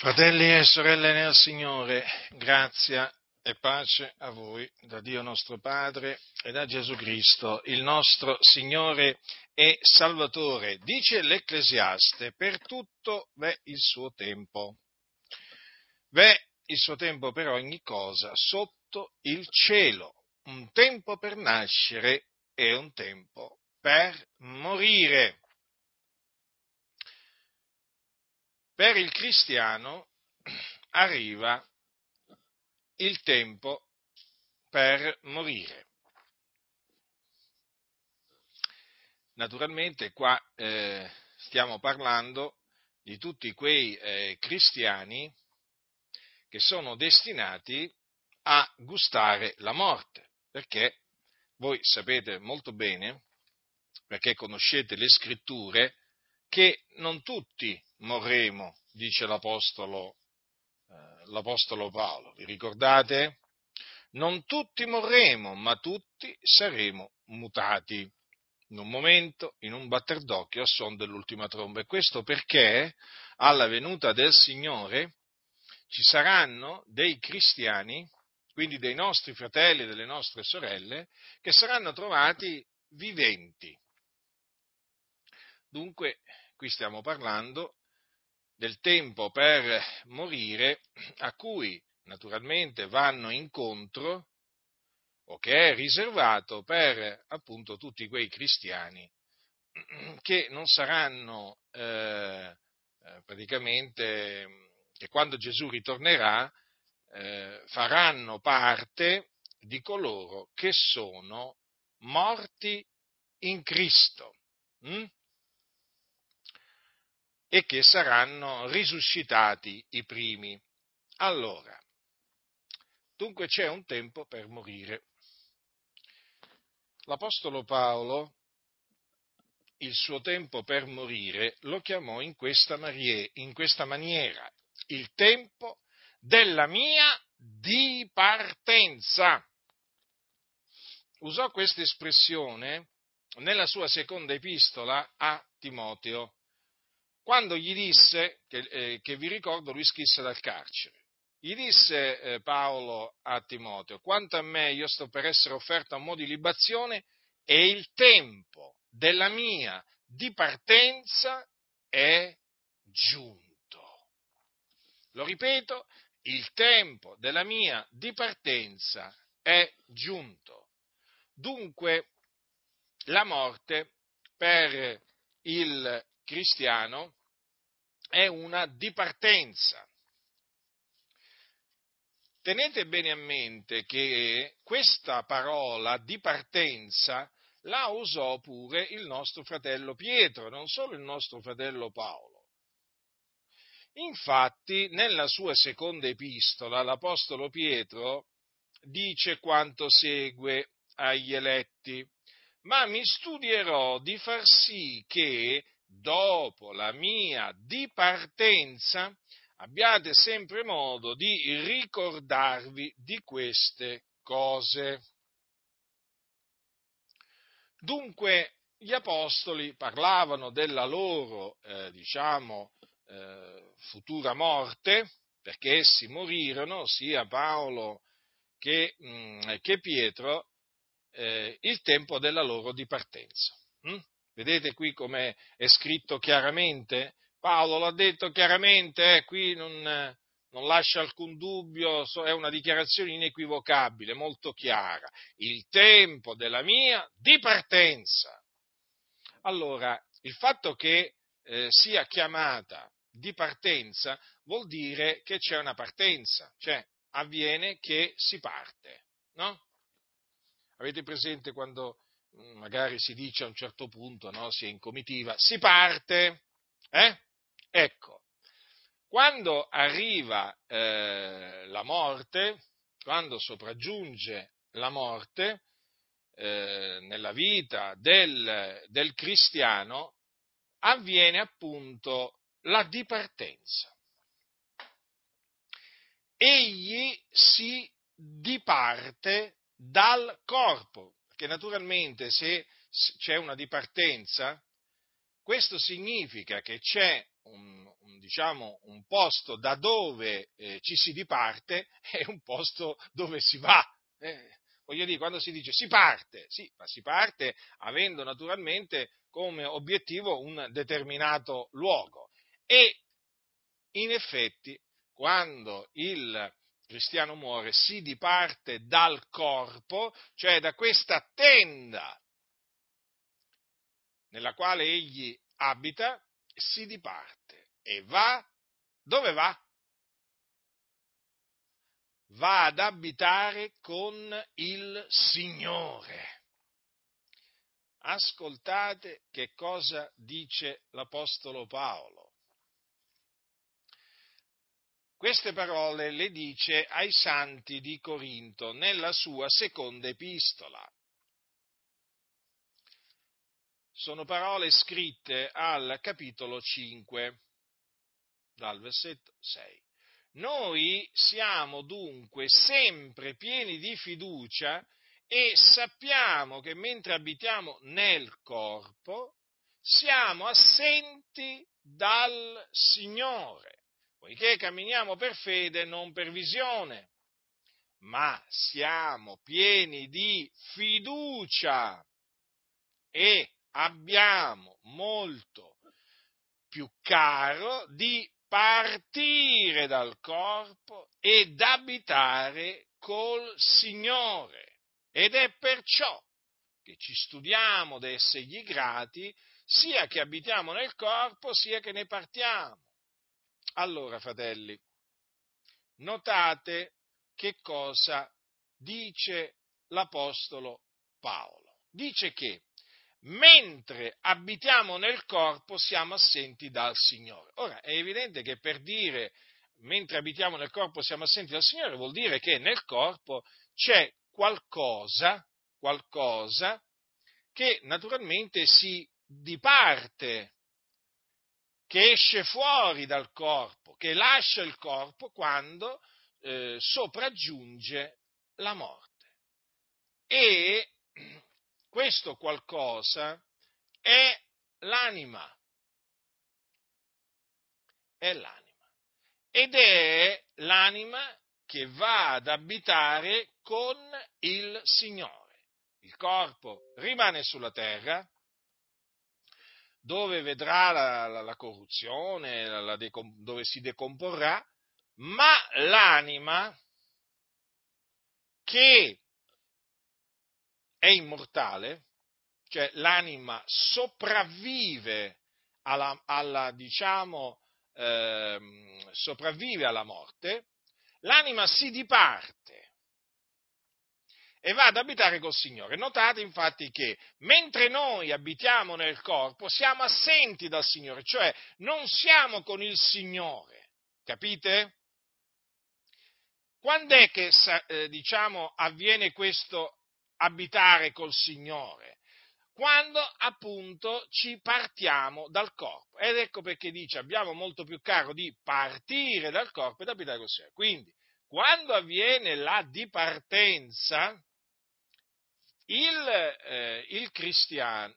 Fratelli e sorelle nel Signore, grazia e pace a voi da Dio nostro Padre e da Gesù Cristo, il nostro Signore e Salvatore. Dice l'Ecclesiaste: per tutto v'è il suo tempo. V'è il suo tempo per ogni cosa sotto il cielo, un tempo per nascere e un tempo per morire. Per il cristiano arriva il tempo per morire. Naturalmente qua stiamo parlando di tutti quei cristiani che sono destinati a gustare la morte, perché voi sapete molto bene, perché conoscete le scritture, che non tutti morremo, dice l'Apostolo Paolo. Vi ricordate? Non tutti morremo, ma tutti saremo mutati in un momento, in un batter d'occhio, al suono dell'ultima tromba. E questo perché alla venuta del Signore ci saranno dei cristiani, quindi dei nostri fratelli e delle nostre sorelle, che saranno trovati viventi. Dunque, qui stiamo parlando del tempo per morire, a cui naturalmente vanno incontro, o che è riservato per appunto tutti quei cristiani che non saranno praticamente, che quando Gesù ritornerà faranno parte di coloro che sono morti in Cristo. E che saranno risuscitati i primi. Allora, dunque c'è un tempo per morire. L'Apostolo Paolo il suo tempo per morire lo chiamò in questa maniera: il tempo della mia dipartenza. Usò questa espressione nella sua seconda epistola a Timoteo, quando gli disse, che vi ricordo lui scrisse dal carcere, gli disse Paolo a Timoteo: quanto a me, io sto per essere offerto a mo' di libazione e il tempo della mia dipartenza è giunto. Lo ripeto, il tempo della mia dipartenza è giunto. Dunque, la morte per il cristiano è una dipartenza. Tenete bene a mente che questa parola dipartenza la usò pure il nostro fratello Pietro, non solo il nostro fratello Paolo. Infatti, nella sua seconda epistola, l'Apostolo Pietro dice quanto segue agli eletti: ma mi studierò di far sì che, dopo la mia dipartenza, abbiate sempre modo di ricordarvi di queste cose. Dunque, gli apostoli parlavano della loro, futura morte, perché essi morirono, sia Paolo che Pietro, il tempo della loro dipartenza. Vedete qui come è scritto chiaramente? Paolo l'ha detto chiaramente, qui non lascia alcun dubbio, è una dichiarazione inequivocabile, molto chiara. Il tempo della mia dipartenza. Allora, il fatto che sia chiamata dipartenza vuol dire che c'è una partenza, cioè avviene che si parte, no? Avete presente quando magari si dice a un certo punto, no, si è in comitiva, si parte, Ecco, quando arriva la morte, quando sopraggiunge la morte nella vita del cristiano, avviene appunto la dipartenza. Egli si diparte dal corpo, perché naturalmente se c'è una dipartenza, questo significa che c'è diciamo, un posto da dove ci si diparte e un posto dove si va. Voglio dire, quando si dice si parte, sì, ma si parte avendo naturalmente come obiettivo un determinato luogo. E in effetti, quando il cristiano muore, si diparte dal corpo, cioè da questa tenda nella quale egli abita, si diparte e va, dove va? Va ad abitare con il Signore. Ascoltate che cosa dice l'Apostolo Paolo. Queste parole le dice ai santi di Corinto nella sua seconda epistola. Sono parole scritte al capitolo 5, dal versetto 6. Noi siamo dunque sempre pieni di fiducia e sappiamo che mentre abitiamo nel corpo siamo assenti dal Signore, poiché camminiamo per fede, non per visione, ma siamo pieni di fiducia e abbiamo molto più caro di partire dal corpo ed abitare col Signore. Ed è perciò che ci studiamo da essergli grati, sia che abitiamo nel corpo, sia che ne partiamo. Allora, fratelli, notate che cosa dice l'Apostolo Paolo. Dice che mentre abitiamo nel corpo siamo assenti dal Signore. Ora, è evidente che per dire mentre abitiamo nel corpo siamo assenti dal Signore vuol dire che nel corpo c'è qualcosa che naturalmente si diparte, che esce fuori dal corpo, che lascia il corpo quando sopraggiunge la morte. E questo qualcosa è l'anima, ed è l'anima che va ad abitare con il Signore. Il corpo rimane sulla terra, dove vedrà la corruzione, dove si decomporrà, ma l'anima, che è immortale, cioè l'anima sopravvive sopravvive alla morte, l'anima si diparte e va ad abitare col Signore. Notate infatti che mentre noi abitiamo nel corpo siamo assenti dal Signore, cioè non siamo con il Signore, capite? Quando è che avviene questo abitare col Signore? Quando appunto ci partiamo dal corpo. Ed ecco perché dice abbiamo molto più caro di partire dal corpo ed abitare col Signore. Quindi, quando avviene la dipartenza, il cristiano,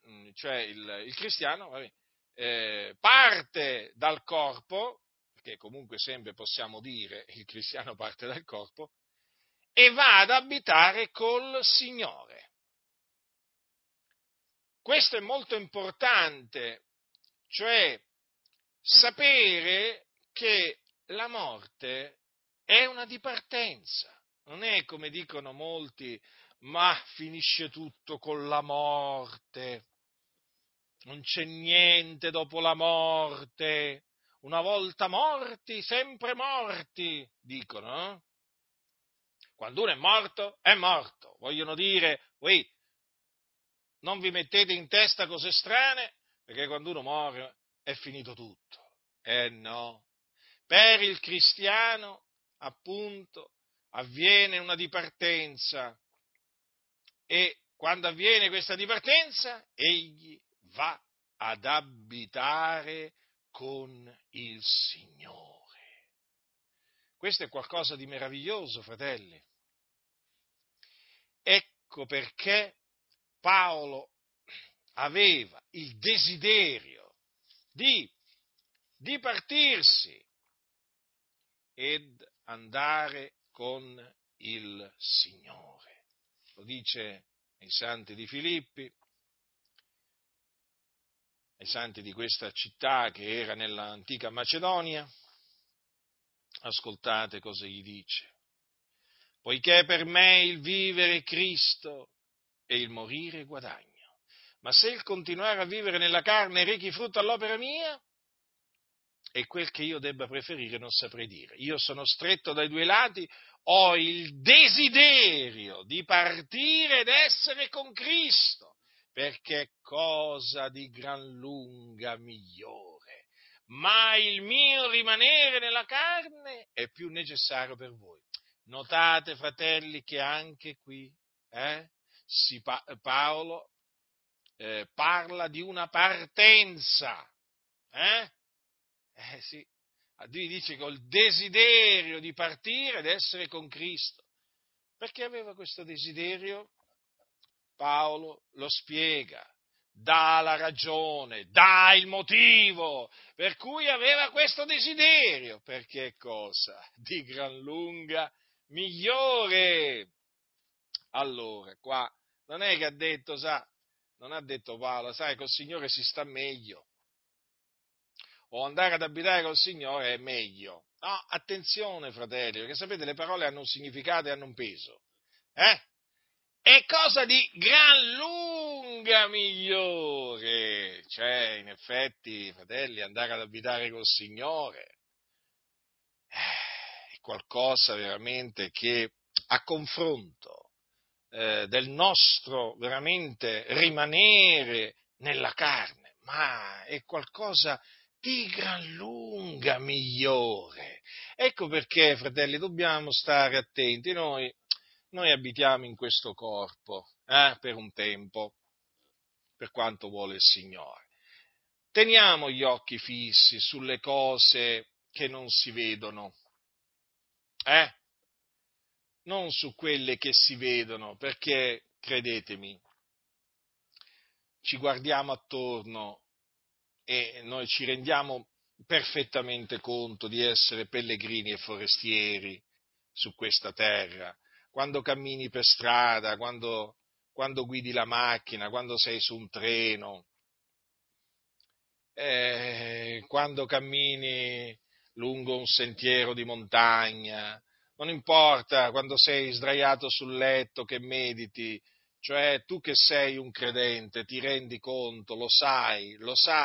parte dal corpo, perché comunque sempre possiamo dire il cristiano parte dal corpo, e va ad abitare col Signore. Questo è molto importante, cioè sapere che la morte è una dipartenza, non è come dicono molti, ma finisce tutto con la morte, non c'è niente dopo la morte, una volta morti, sempre morti, dicono. Quando uno è morto, vogliono dire, voi non vi mettete in testa cose strane, perché quando uno muore è finito tutto. No. Per il cristiano, appunto, avviene una dipartenza e quando avviene questa dipartenza, egli va ad abitare con il Signore. Questo è qualcosa di meraviglioso, fratelli. Ecco perché Paolo aveva il desiderio di di partirsi ed andare con il Signore. Lo dice ai santi di Filippi, ai santi di questa città che era nell'antica Macedonia. Ascoltate cosa gli dice. Poiché per me il vivere è Cristo e il morire è guadagno. Ma se il continuare a vivere nella carne rechi frutto all'opera mia, è quel che io debba preferire non saprei dire. Io sono stretto dai due lati, ho il desiderio di partire ed essere con Cristo, perché è cosa di gran lunga migliore. Ma il mio rimanere nella carne è più necessario per voi. Notate, fratelli, che anche qui Paolo parla di una partenza. Sì, Dio dice che ho il desiderio di partire ed essere con Cristo. Perché aveva questo desiderio? Paolo lo spiega, dà la ragione, dà il motivo per cui aveva questo desiderio. Perché è cosa? Di gran lunga migliore. Allora, qua non è che ha detto, non ha detto Paolo, sai, col Signore si sta meglio, o andare ad abitare col Signore è meglio. No, attenzione, fratelli, perché sapete, le parole hanno un significato e hanno un peso. È cosa di gran lunga migliore. Cioè, in effetti, fratelli, andare ad abitare col Signore è qualcosa veramente che, a confronto del nostro veramente rimanere nella carne, ma è qualcosa di gran lunga migliore. Ecco perché, fratelli, dobbiamo stare attenti. Noi abitiamo in questo corpo per un tempo, per quanto vuole il Signore. Teniamo gli occhi fissi sulle cose che non si vedono, non su quelle che si vedono, perché, credetemi, ci guardiamo attorno e noi ci rendiamo perfettamente conto di essere pellegrini e forestieri su questa terra. Quando cammini per strada, quando guidi la macchina, quando sei su un treno, quando cammini lungo un sentiero di montagna, non importa quando sei sdraiato sul letto che mediti, cioè tu che sei un credente ti rendi conto, lo sai,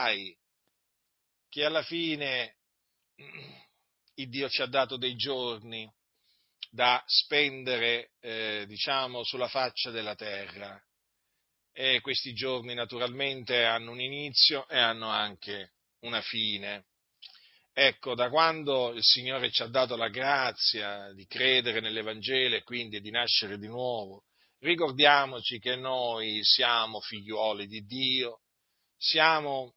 che alla fine il Dio ci ha dato dei giorni da spendere, diciamo, sulla faccia della terra. E questi giorni naturalmente hanno un inizio e hanno anche una fine. Ecco, da quando il Signore ci ha dato la grazia di credere nell'Evangelo e quindi di nascere di nuovo, ricordiamoci che noi siamo figliuoli di Dio, siamo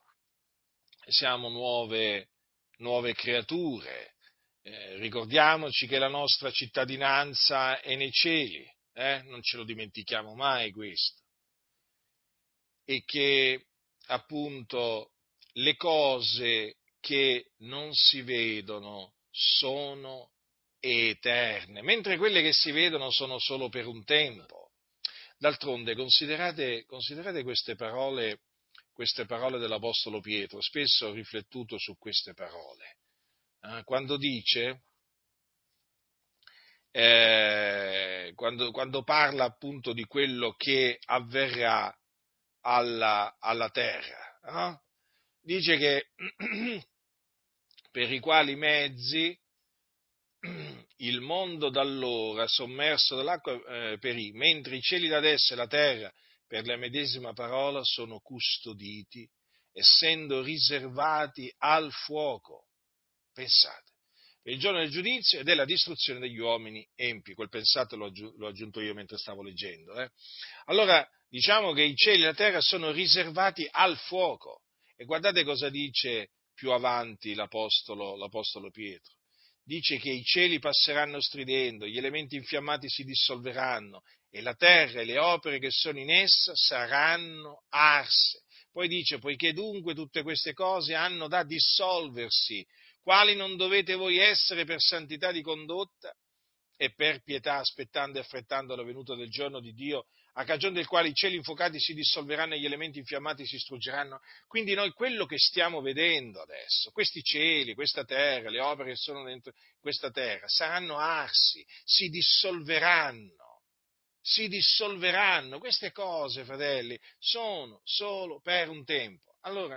nuove creature, ricordiamoci che la nostra cittadinanza è nei cieli, non ce lo dimentichiamo mai questo, e che appunto le cose che non si vedono sono eterne, mentre quelle che si vedono sono solo per un tempo. D'altronde considerate queste parole dell'Apostolo Pietro. Spesso ho riflettuto su queste parole, quando dice, quando parla appunto di quello che avverrà alla terra, no? Dice che per i quali mezzi il mondo d'allora, sommerso dall'acqua, perì, mentre i cieli da adesso e la terra, per la medesima parola, sono custoditi, essendo riservati al fuoco. Pensate, per il giorno del giudizio e della distruzione degli uomini empi. Quel pensato l'ho aggiunto io mentre stavo leggendo. Allora, diciamo che i cieli e la terra sono riservati al fuoco. E guardate cosa dice più avanti l'Apostolo Pietro. Dice che i cieli passeranno stridendo, gli elementi infiammati si dissolveranno e la terra e le opere che sono in essa saranno arse. Poi dice, poiché dunque tutte queste cose hanno da dissolversi, quali non dovete voi essere per santità di condotta e per pietà, aspettando e affrettando la venuta del giorno di Dio, a cagione del quale i cieli infuocati si dissolveranno e gli elementi infiammati si struggeranno. Quindi noi quello che stiamo vedendo adesso, questi cieli, questa terra, le opere che sono dentro questa terra, saranno arsi, si dissolveranno. Queste cose, fratelli, sono solo per un tempo. Allora,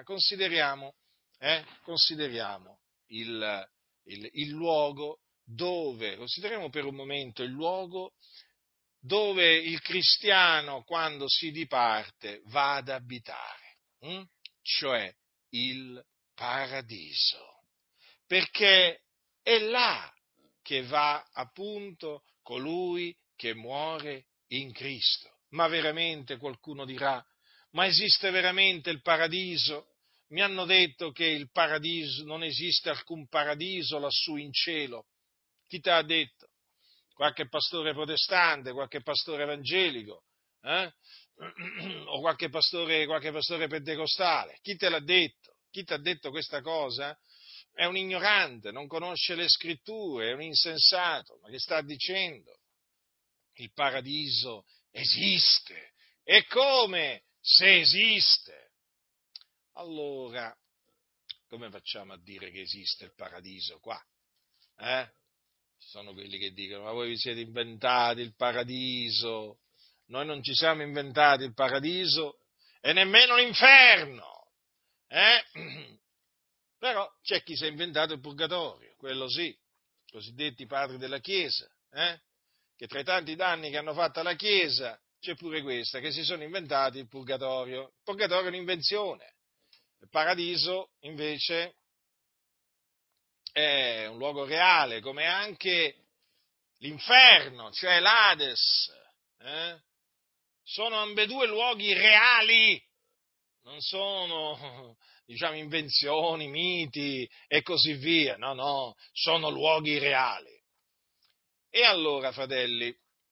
consideriamo il luogo dove, consideriamo per un momento il luogo dove il cristiano, quando si diparte, va ad abitare, cioè il paradiso, perché è là che va appunto colui che muore in Cristo. Ma veramente qualcuno dirà, ma esiste veramente il paradiso? Mi hanno detto che il paradiso, non esiste alcun paradiso lassù in cielo. Chi te l'ha detto? Qualche pastore protestante, qualche pastore evangelico, eh? O qualche pastore pentecostale. Chi te l'ha detto? Chi ti ha detto questa cosa? È un ignorante, non conosce le scritture, è un insensato. Ma che sta dicendo? Il paradiso esiste. E come se esiste? Allora, come facciamo a dire che esiste il paradiso qua? Ci sono quelli che dicono, ma voi vi siete inventati il paradiso. Noi non ci siamo inventati il paradiso e nemmeno l'inferno. Però c'è chi si è inventato il purgatorio, quello sì, i cosiddetti padri della Chiesa, che tra i tanti danni che hanno fatto alla Chiesa c'è pure questa, che si sono inventati il purgatorio. Il purgatorio è un'invenzione, il paradiso invece è un luogo reale, come anche l'inferno, cioè l'Ades, sono ambedue luoghi reali, non sono, diciamo, invenzioni, miti e così via, no, sono luoghi reali. E allora, fratelli,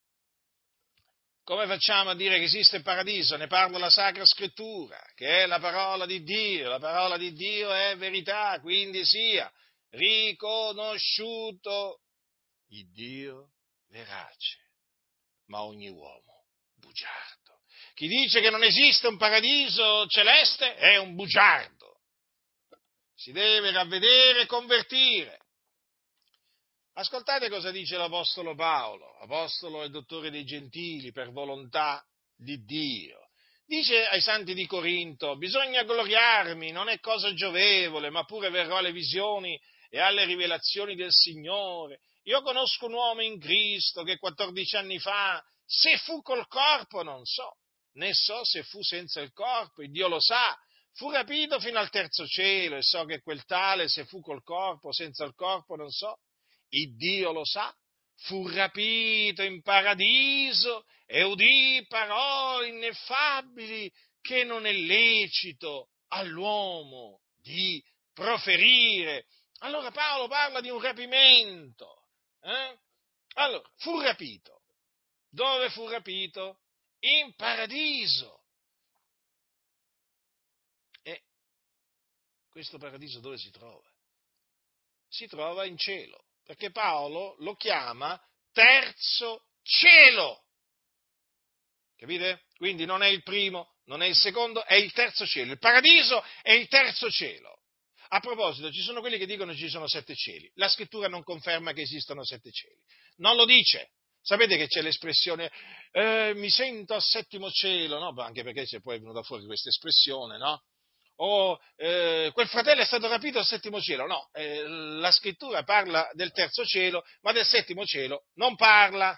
come facciamo a dire che esiste il paradiso? Ne parla la Sacra Scrittura, che è la parola di Dio è verità, quindi sia riconosciuto il Dio verace, ma ogni uomo bugiardo. Chi dice che non esiste un paradiso celeste è un bugiardo. Si deve ravvedere e convertire. Ascoltate cosa dice l'Apostolo Paolo, apostolo e dottore dei gentili per volontà di Dio. Dice ai santi di Corinto, bisogna gloriarmi, non è cosa giovevole, ma pure verrò alle visioni e alle rivelazioni del Signore. Io conosco un uomo in Cristo che 14 anni fa, se fu col corpo non so, né so se fu senza il corpo, e Dio lo sa, fu rapito fino al terzo cielo e so che quel tale, se fu col corpo, senza il corpo non so, il Dio lo sa, fu rapito in paradiso e udì parole ineffabili che non è lecito all'uomo di proferire. Allora Paolo parla di un rapimento. Allora, fu rapito. Dove fu rapito? In paradiso. E questo paradiso dove si trova? Si trova in cielo, perché Paolo lo chiama terzo cielo. Capite? Quindi non è il primo, non è il secondo, è il terzo cielo. Il paradiso è il terzo cielo. A proposito, ci sono quelli che dicono che ci sono 7 cieli. La scrittura non conferma che esistano 7 cieli. Non lo dice. Sapete che c'è l'espressione mi sento al settimo cielo, no? Anche perché c'è poi venuta fuori questa espressione, no? O quel fratello è stato rapito al settimo cielo. No, la scrittura parla del terzo cielo, ma del settimo cielo non parla.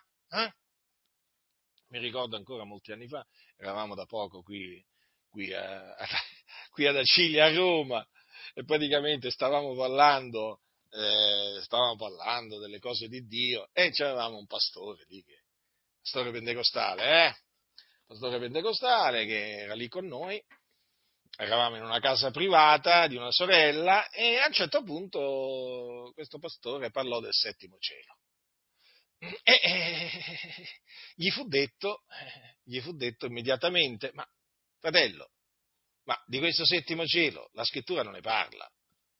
Mi ricordo ancora molti anni fa, eravamo da poco qui ad Acilia, a Roma, e praticamente stavamo parlando delle cose di Dio, e c'avevamo un pastore lì, pastore pentecostale che era lì con noi. Eravamo in una casa privata di una sorella e a un certo punto questo pastore parlò del settimo cielo. E gli fu detto immediatamente, ma fratello, Ma di questo settimo cielo la scrittura non ne parla.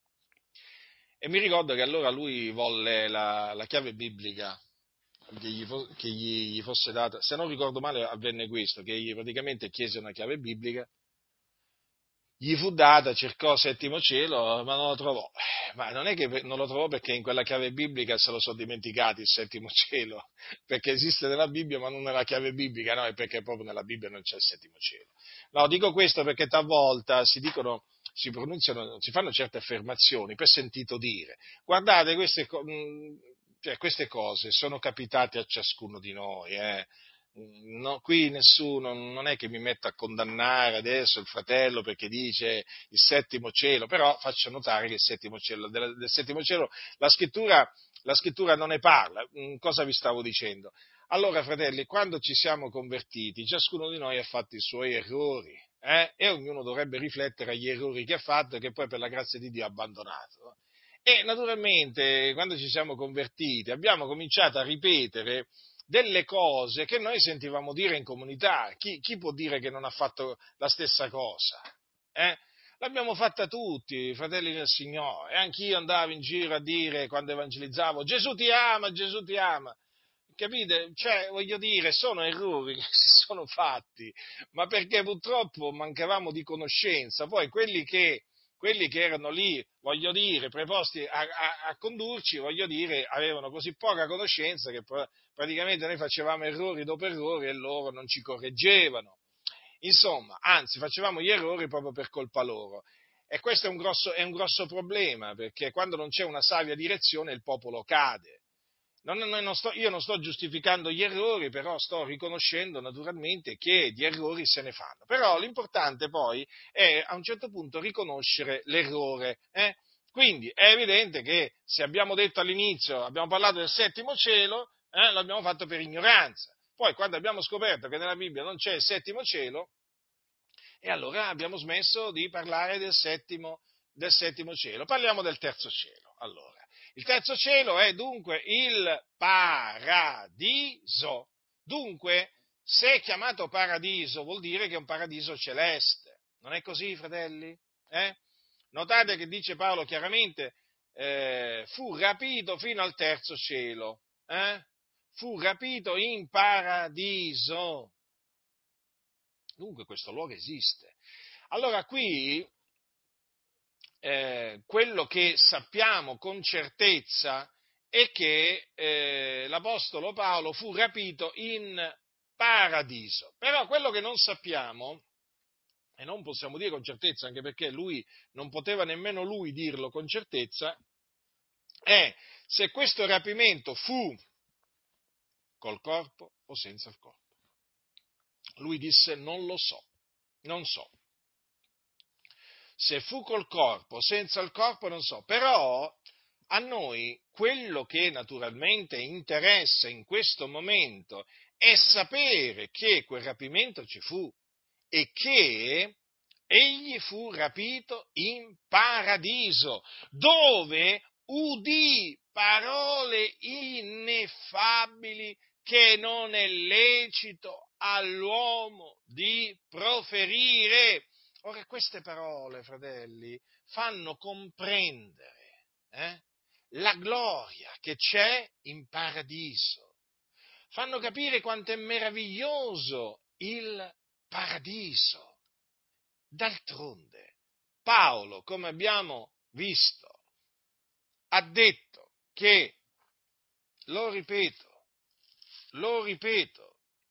E mi ricordo che allora lui volle la chiave biblica che gli fosse data, se non ricordo male avvenne questo, che gli praticamente chiese una chiave biblica, gli fu data, cercò settimo cielo, ma non lo trovò. Ma non è che non lo trovò perché in quella chiave biblica se lo sono dimenticati il settimo cielo, perché esiste nella Bibbia ma non nella chiave biblica, no, è perché proprio nella Bibbia non c'è il settimo cielo. No, dico questo perché talvolta si dicono, si pronunciano, si fanno certe affermazioni per sentito dire. Guardate, cioè, queste cose sono capitate a ciascuno di noi, eh. No, qui nessuno, non è che mi metto a condannare adesso il fratello perché dice il settimo cielo, però faccio notare che il settimo cielo, del settimo cielo la scrittura non ne parla. Cosa vi stavo dicendo? Allora, fratelli, quando ci siamo convertiti, ciascuno di noi ha fatto i suoi errori, e ognuno dovrebbe riflettere agli errori che ha fatto e che poi per la grazia di Dio ha abbandonato. E naturalmente, quando ci siamo convertiti, abbiamo cominciato a ripetere delle cose che noi sentivamo dire in comunità. Chi può dire che non ha fatto la stessa cosa? Eh? L'abbiamo fatta tutti, fratelli del Signore, e anch'io andavo in giro a dire, quando evangelizzavo, Gesù ti ama, Gesù ti ama. Capite? Cioè, voglio dire, sono errori che si sono fatti, ma perché purtroppo mancavamo di conoscenza. Poi quelli che erano lì, voglio dire, preposti a condurci, voglio dire, avevano così poca conoscenza che praticamente noi facevamo errori dopo errori e loro non ci correggevano. Insomma, anzi, facevamo gli errori proprio per colpa loro. E questo è un grosso problema, perché quando non c'è una savia direzione il popolo cade. Io non sto giustificando gli errori, però sto riconoscendo naturalmente che di errori se ne fanno. Però l'importante poi è a un certo punto riconoscere l'errore. Quindi è evidente che se abbiamo detto all'inizio, abbiamo parlato del settimo cielo, l'abbiamo fatto per ignoranza. Poi quando abbiamo scoperto che nella Bibbia non c'è il settimo cielo, e allora abbiamo smesso di parlare del settimo cielo. Parliamo del terzo cielo. Allora, il terzo cielo è dunque il paradiso. Dunque, se è chiamato paradiso, vuol dire che è un paradiso celeste. Non è così, fratelli? Notate che dice Paolo chiaramente, fu rapito fino al terzo cielo. Fu rapito in paradiso. Dunque questo luogo esiste. Allora qui quello che sappiamo con certezza è che l'Apostolo Paolo fu rapito in paradiso. Però quello che non sappiamo, e non possiamo dire con certezza, anche perché lui non poteva nemmeno lui dirlo con certezza, è se questo rapimento fu col corpo o senza il corpo. Lui disse non lo so, non so. Se fu col corpo, senza il corpo non so, però a noi quello che naturalmente interessa in questo momento è sapere che quel rapimento ci fu e che egli fu rapito in paradiso, dove udì parole ineffabili che non è lecito all'uomo di proferire. Ora, queste parole, fratelli, fanno comprendere la gloria che c'è in paradiso, fanno capire quanto è meraviglioso il paradiso. D'altronde, Paolo, come abbiamo visto, ha detto che, lo ripeto,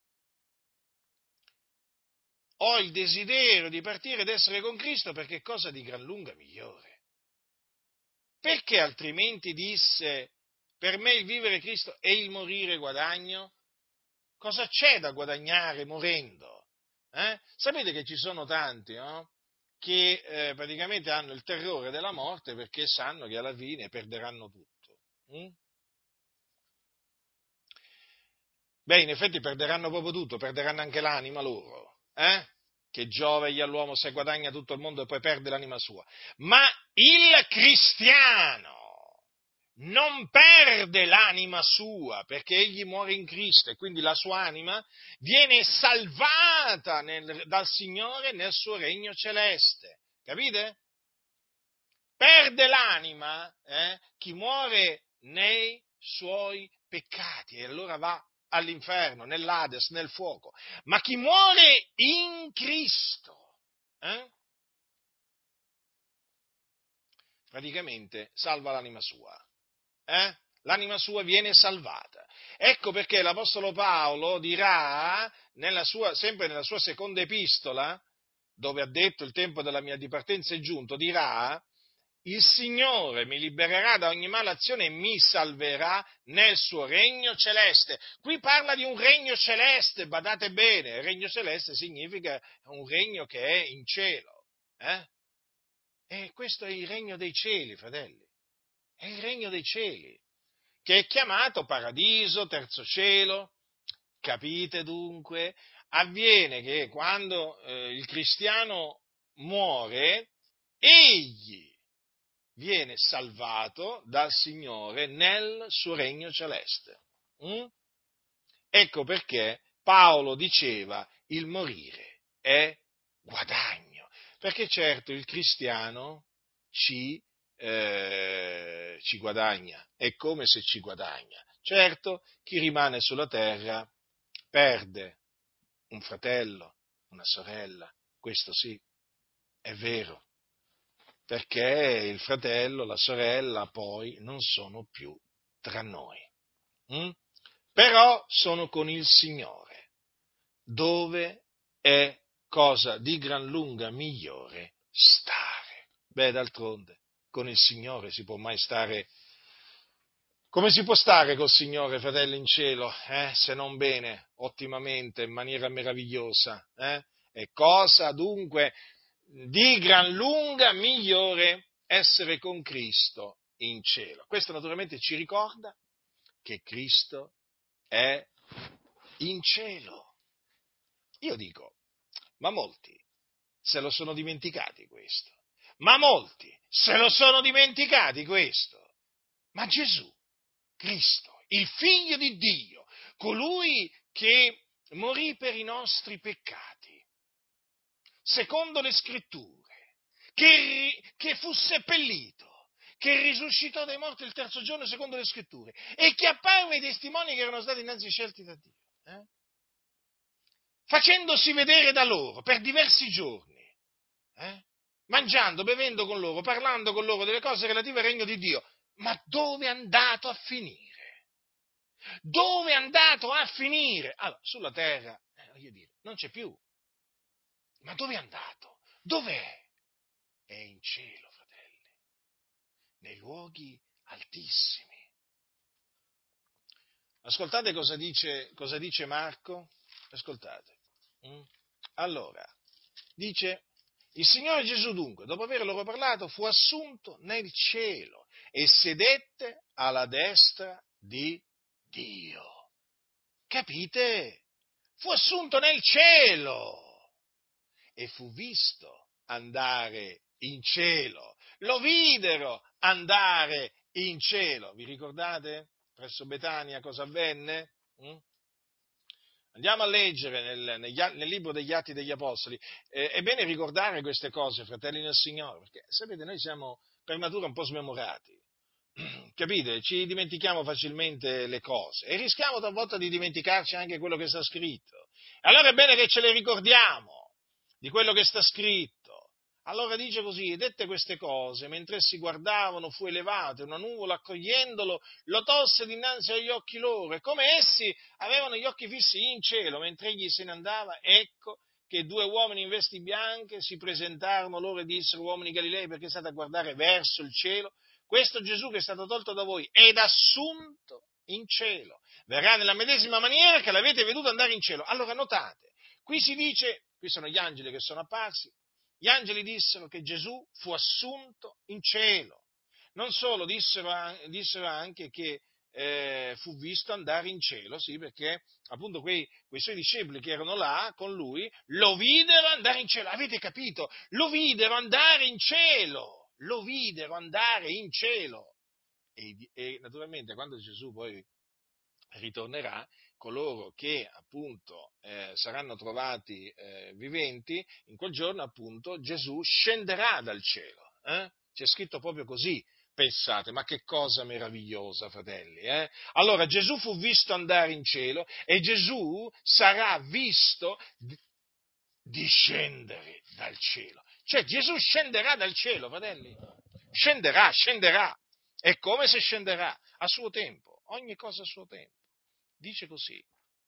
ho il desiderio di partire ed essere con Cristo perché è cosa di gran lunga migliore. Perché altrimenti disse, per me il vivere è Cristo e il morire guadagno? Cosa c'è da guadagnare morendo? Sapete che ci sono tanti, no? Che praticamente hanno il terrore della morte perché sanno che alla fine perderanno tutto. Beh, in effetti perderanno proprio tutto, perderanno anche l'anima loro, Che giovegli all'uomo se guadagna tutto il mondo e poi perde l'anima sua. Ma il cristiano non perde l'anima sua, perché egli muore in Cristo e quindi la sua anima viene salvata dal Signore nel suo regno celeste. Capite? Perde l'anima chi muore nei suoi peccati e allora va all'inferno, nell'Ades, nel fuoco. Ma chi muore in Cristo, praticamente salva l'anima sua. L'anima sua viene salvata. Ecco perché l'Apostolo Paolo dirà, sempre nella sua seconda epistola, dove ha detto il tempo della mia dipartenza è giunto, dirà: il Signore mi libererà da ogni malazione e mi salverà nel suo regno celeste. Qui parla di un regno celeste, badate bene, il regno celeste significa un regno che è in cielo. E questo è il regno dei cieli, fratelli, è il regno dei cieli, che è chiamato paradiso, terzo cielo. Capite dunque? Avviene che quando il cristiano muore, egli viene salvato dal Signore nel suo regno celeste. Ecco perché Paolo diceva il morire è guadagno, perché certo il cristiano ci guadagna, è come se ci guadagna. Certo, chi rimane sulla terra perde un fratello, una sorella, questo sì, è vero, perché il fratello, la sorella poi non sono più tra noi. Mm? Però sono con il Signore, dove è cosa di gran lunga migliore stare. Beh, d'altronde, con il Signore si può mai stare. Come si può stare col Signore, fratelli, in cielo, se non bene, ottimamente, in maniera meravigliosa? È cosa dunque di gran lunga migliore essere con Cristo in cielo. Questo naturalmente ci ricorda che Cristo è in cielo. Io dico, ma molti se lo sono dimenticati questo. Ma molti se lo sono dimenticati questo. Ma Gesù, Cristo, il Figlio di Dio, colui che morì per i nostri peccati, secondo le Scritture, che fu seppellito, che risuscitò dai morti il terzo giorno secondo le Scritture e che apparve ai testimoni che erano stati innanzi scelti da Dio, facendosi vedere da loro per diversi giorni, mangiando, bevendo con loro, parlando con loro delle cose relative al regno di Dio. Ma dove è andato a finire? Dove è andato a finire? Allora, sulla terra, voglio dire, non c'è più. Ma dove è andato? Dov'è? È in cielo, fratelli, nei luoghi altissimi. Ascoltate cosa dice Marco. Ascoltate. Allora, dice, il Signore Gesù dunque, dopo aver loro parlato, fu assunto nel cielo e sedette alla destra di Dio. Capite? Fu assunto nel cielo e fu visto andare in cielo. Lo videro andare in cielo. Vi ricordate? Presso Betania cosa avvenne? Andiamo a leggere nel libro degli Atti degli Apostoli. È bene ricordare queste cose, fratelli nel Signore, perché sapete, noi siamo per natura un po' smemorati. Capite? Ci dimentichiamo facilmente le cose e rischiamo talvolta di dimenticarci anche quello che sta scritto. Allora è bene che ce le ricordiamo di quello che sta scritto. Allora dice così: e dette queste cose, mentre essi guardavano, fu elevato, e una nuvola accogliendolo lo tolse dinanzi agli occhi loro, e come essi avevano gli occhi fissi in cielo, mentre egli se ne andava, ecco che due uomini in vesti bianche si presentarono loro e dissero: uomini Galilei, perché state a guardare verso il cielo? Questo Gesù che è stato tolto da voi ed assunto in cielo verrà nella medesima maniera che l'avete veduto andare in cielo. Allora notate, qui si dice, qui sono gli angeli che sono apparsi, gli angeli dissero che Gesù fu assunto in cielo. Non solo, dissero anche che fu visto andare in cielo, sì, perché appunto quei suoi discepoli che erano là con lui lo videro andare in cielo. Avete capito? Lo videro andare in cielo. Lo videro andare in cielo. e naturalmente quando Gesù poi ritornerà, coloro che appunto saranno trovati viventi, in quel giorno appunto Gesù scenderà dal cielo. C'è scritto proprio così. Pensate, ma che cosa meravigliosa, fratelli. Allora Gesù fu visto andare in cielo e Gesù sarà visto discendere dal cielo. Cioè Gesù scenderà dal cielo, fratelli. Scenderà. E come se scenderà? A suo tempo, ogni cosa a suo tempo. Dice così: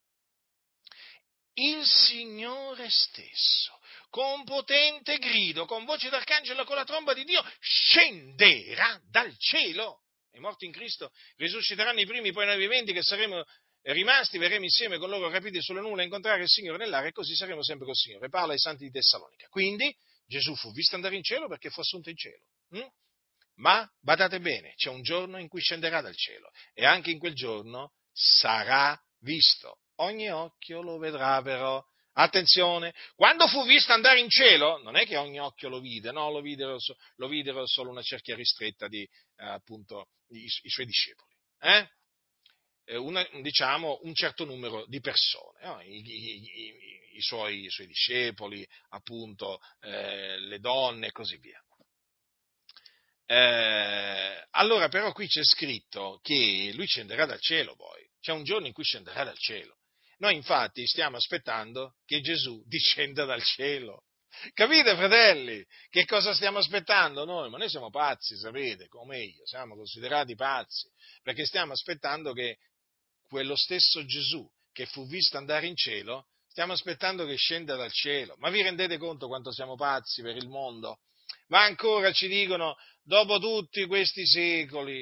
il Signore stesso, con potente grido, con voce d'arcangelo, con la tromba di Dio, scenderà dal cielo. I morti in Cristo risusciteranno i primi, poi noi viventi che saremo rimasti, verremo insieme con loro rapiti sulle nuvole a incontrare il Signore nell'aria e così saremo sempre col Signore. Parla ai santi di Tessalonica. Quindi Gesù fu visto andare in cielo perché fu assunto in cielo. Ma, badate bene, c'è un giorno in cui scenderà dal cielo e anche in quel giorno sarà visto. Ogni occhio lo vedrà però. Attenzione, quando fu visto andare in cielo, non è che ogni occhio lo vide, no, lo videro solo una cerchia ristretta di, appunto, i suoi discepoli. Diciamo, un certo numero di persone, no? I suoi discepoli, appunto, le donne e così via. Allora però qui c'è scritto che lui scenderà dal cielo poi, c'è un giorno in cui scenderà dal cielo. Noi infatti stiamo aspettando che Gesù discenda dal cielo. Capite, fratelli? Che cosa stiamo aspettando noi? Ma noi siamo pazzi, sapete, o meglio, siamo considerati pazzi, perché stiamo aspettando che quello stesso Gesù che fu visto andare in cielo, stiamo aspettando che scenda dal cielo. Ma vi rendete conto quanto siamo pazzi per il mondo? Ma ancora ci dicono, dopo tutti questi secoli,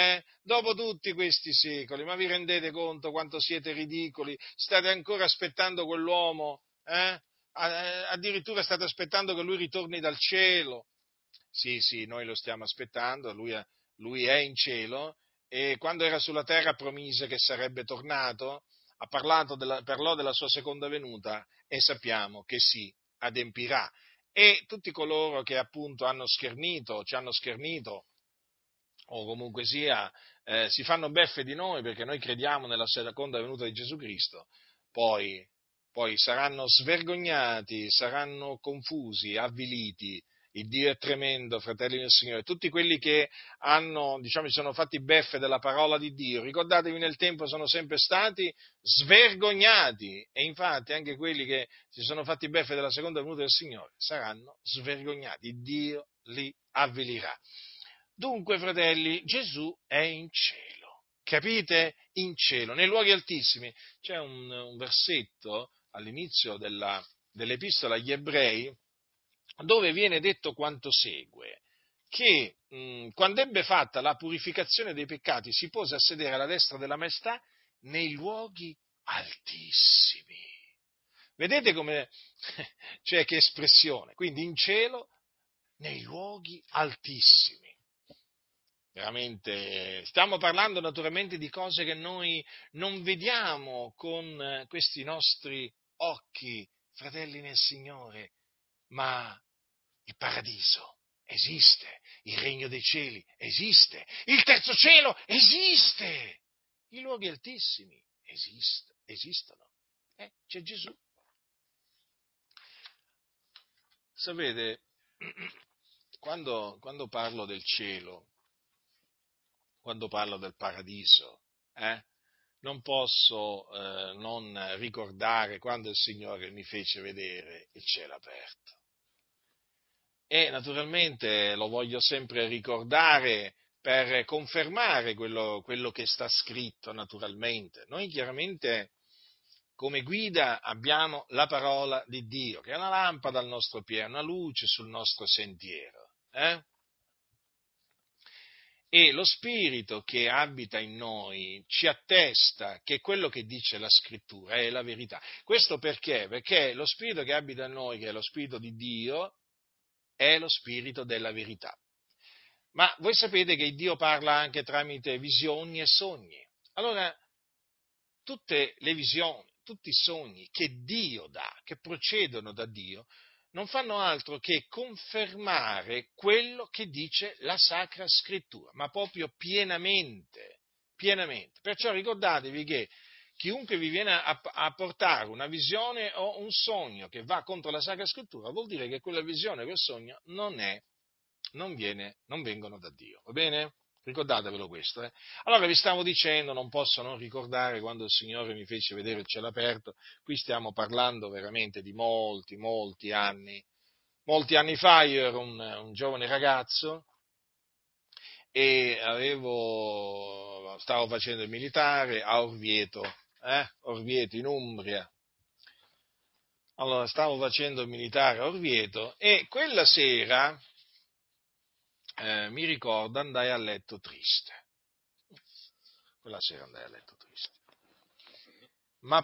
ma vi rendete conto quanto siete ridicoli? State ancora aspettando quell'uomo, addirittura state aspettando che lui ritorni dal cielo. Sì, noi lo stiamo aspettando, lui è in cielo e quando era sulla terra promise che sarebbe tornato, parlò della sua seconda venuta e sappiamo che si adempirà. E tutti coloro che appunto ci hanno schernito, o comunque sia, si fanno beffe di noi perché noi crediamo nella seconda venuta di Gesù Cristo, poi, poi saranno svergognati, saranno confusi, avviliti. Il Dio è tremendo, fratelli del Signore. Tutti quelli che si sono fatti beffe della parola di Dio, ricordatevi nel tempo sono sempre stati svergognati e infatti anche quelli che si sono fatti beffe della seconda venuta del Signore saranno svergognati. Dio li avvilirà. Dunque, fratelli, Gesù è in cielo, capite? In cielo, nei luoghi altissimi. C'è un versetto all'inizio dell'Epistola agli Ebrei dove viene detto quanto segue, che quando ebbe fatta la purificazione dei peccati si pose a sedere alla destra della maestà nei luoghi altissimi. Vedete come, cioè che espressione, quindi in cielo, nei luoghi altissimi. Veramente, stiamo parlando naturalmente di cose che noi non vediamo con questi nostri occhi, fratelli nel Signore, ma il paradiso esiste, il regno dei cieli esiste, il terzo cielo esiste, i luoghi altissimi esistono. C'è Gesù. Sapete, quando parlo del cielo, quando parlo del paradiso, non posso non ricordare quando il Signore mi fece vedere il cielo aperto. E naturalmente lo voglio sempre ricordare per confermare quello che sta scritto, naturalmente. Noi chiaramente come guida abbiamo la parola di Dio, che è una lampada al nostro piede, una luce sul nostro sentiero. E lo Spirito che abita in noi ci attesta che quello che dice la Scrittura è la verità. Questo perché? Perché lo Spirito che abita in noi, che è lo Spirito di Dio, è lo Spirito della verità. Ma voi sapete che Dio parla anche tramite visioni e sogni. Allora, tutte le visioni, tutti i sogni che Dio dà, che procedono da Dio, non fanno altro che confermare quello che dice la Sacra Scrittura, ma proprio pienamente, pienamente. Perciò ricordatevi che chiunque vi viene a portare una visione o un sogno che va contro la Sacra Scrittura, vuol dire che quella visione, quel sogno non vengono da Dio, va bene? Ricordatevelo questo. Allora vi stavo dicendo, non posso non ricordare quando il Signore mi fece vedere il cielo aperto. Qui stiamo parlando veramente di molti, molti anni. Molti anni fa io ero un giovane ragazzo e stavo facendo il militare a Orvieto, Orvieto in Umbria. Allora, stavo facendo il militare a Orvieto e quella sera, mi ricordo, andai a letto triste. Quella sera andai a letto triste. Ma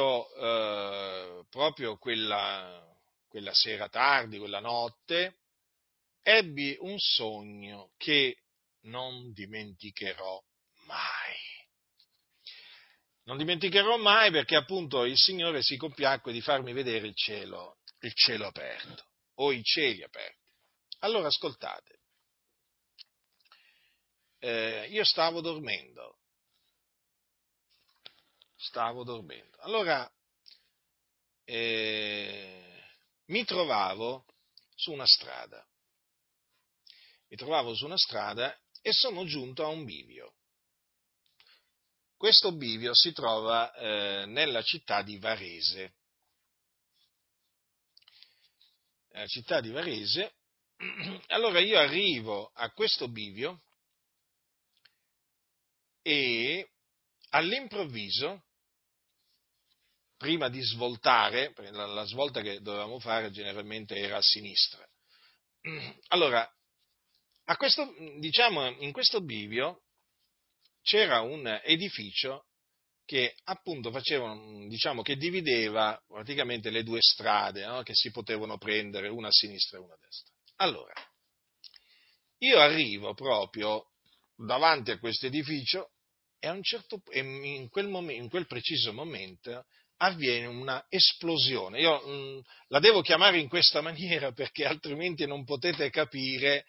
proprio quella sera tardi, quella notte, ebbi un sogno che non dimenticherò mai. Non dimenticherò mai perché appunto il Signore si compiacque di farmi vedere il cielo aperto, o i cieli aperti. Allora ascoltate, io stavo dormendo. Allora mi trovavo su una strada. E sono giunto a un bivio. Questo bivio si trova nella città di Varese. Nella città di Varese. Allora io arrivo a questo bivio e all'improvviso, prima di svoltare, perché la svolta che dovevamo fare generalmente era a sinistra. Allora, in questo bivio c'era un edificio che appunto che divideva praticamente le due strade, no? Che si potevano prendere una a sinistra e una a destra. Allora, io arrivo proprio davanti a questo edificio e in quel preciso momento avviene una esplosione. Io la devo chiamare in questa maniera perché altrimenti non potete capire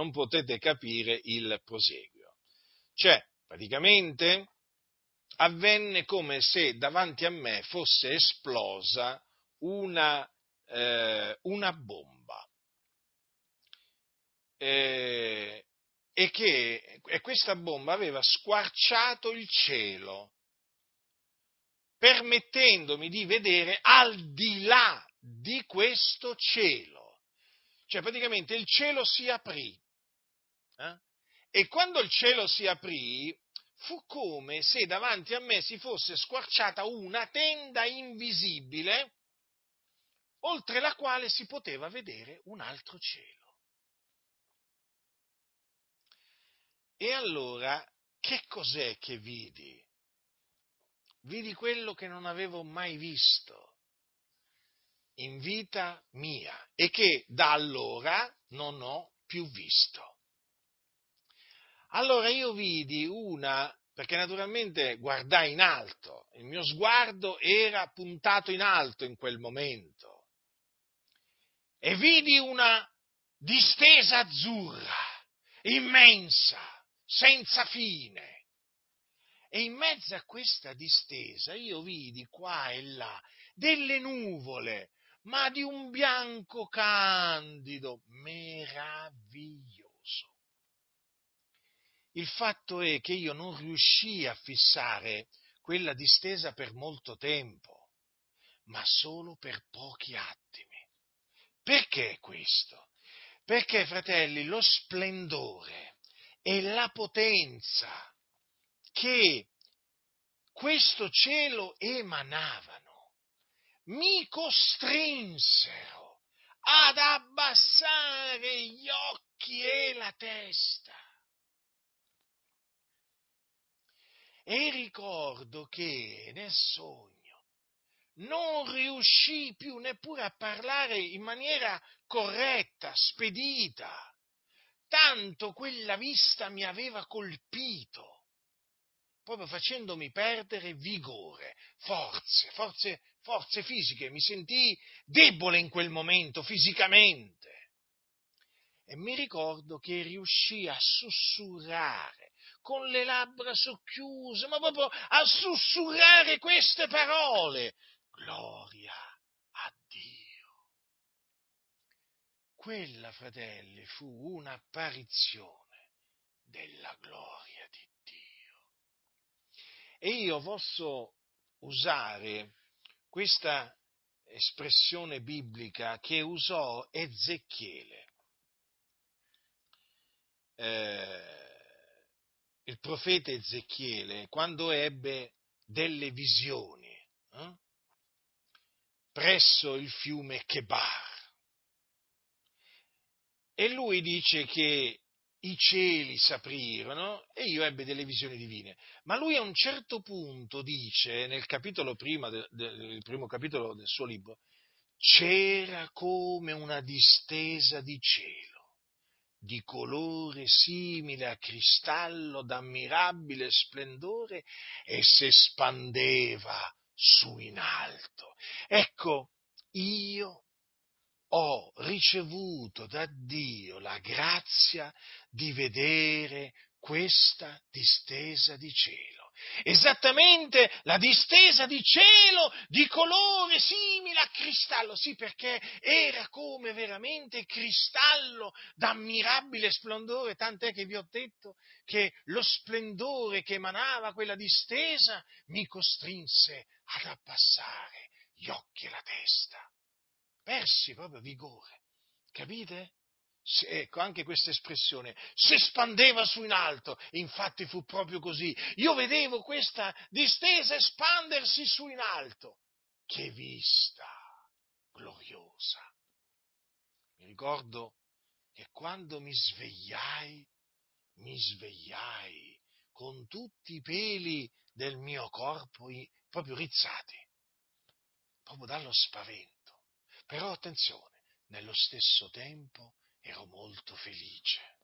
il proseguio. Cioè, praticamente avvenne come se davanti a me fosse esplosa una bomba. E questa bomba aveva squarciato il cielo, permettendomi di vedere al di là di questo cielo. Cioè praticamente il cielo si aprì. E quando il cielo si aprì, fu come se davanti a me si fosse squarciata una tenda invisibile, oltre la quale si poteva vedere un altro cielo. E allora, che cos'è che vidi? Vidi quello che non avevo mai visto in vita mia e che da allora non ho più visto. Allora io vidi perché naturalmente guardai in alto, il mio sguardo era puntato in alto in quel momento, e vidi una distesa azzurra, immensa, senza fine. E in mezzo a questa distesa io vidi qua e là delle nuvole, ma di un bianco candido, meraviglioso. Il fatto è che io non riuscii a fissare quella distesa per molto tempo, ma solo per pochi attimi. Perché questo? Perché, fratelli, lo splendore e la potenza che questo cielo emanavano mi costrinsero ad abbassare gli occhi e la testa. E ricordo che nel sogno non riuscii più neppure a parlare in maniera corretta, spedita, tanto quella vista mi aveva colpito. proprio facendomi perdere vigore, forze fisiche. Mi sentii debole in quel momento fisicamente. E mi ricordo che riuscì a sussurrare con le labbra socchiuse, ma proprio a sussurrare queste parole: gloria a Dio. Quella, fratelli, fu un'apparizione della gloria di Dio. E io posso usare questa espressione biblica che usò Ezechiele. Il profeta Ezechiele, quando ebbe delle visioni presso il fiume Chebar, e lui dice che i cieli s'aprirono e io ebbe delle visioni divine. Ma lui a un certo punto dice, nel capitolo prima, il primo capitolo del suo libro, c'era come una distesa di cielo, di colore simile a cristallo, d'ammirabile splendore, e s'espandeva su in alto. Ecco, io ho ricevuto da Dio la grazia di vedere questa distesa di cielo. Esattamente la distesa di cielo di colore simile a cristallo, sì, perché era come veramente cristallo d'ammirabile splendore, tant'è che vi ho detto che lo splendore che emanava quella distesa mi costrinse ad abbassare gli occhi e la testa. Persi proprio vigore, capite? Ecco, anche questa espressione, si espandeva su in alto, infatti fu proprio così. Io vedevo questa distesa espandersi su in alto. Che vista gloriosa! Mi ricordo che quando mi svegliai con tutti i peli del mio corpo proprio rizzati, proprio dallo spavento. Però attenzione, nello stesso tempo ero molto felice,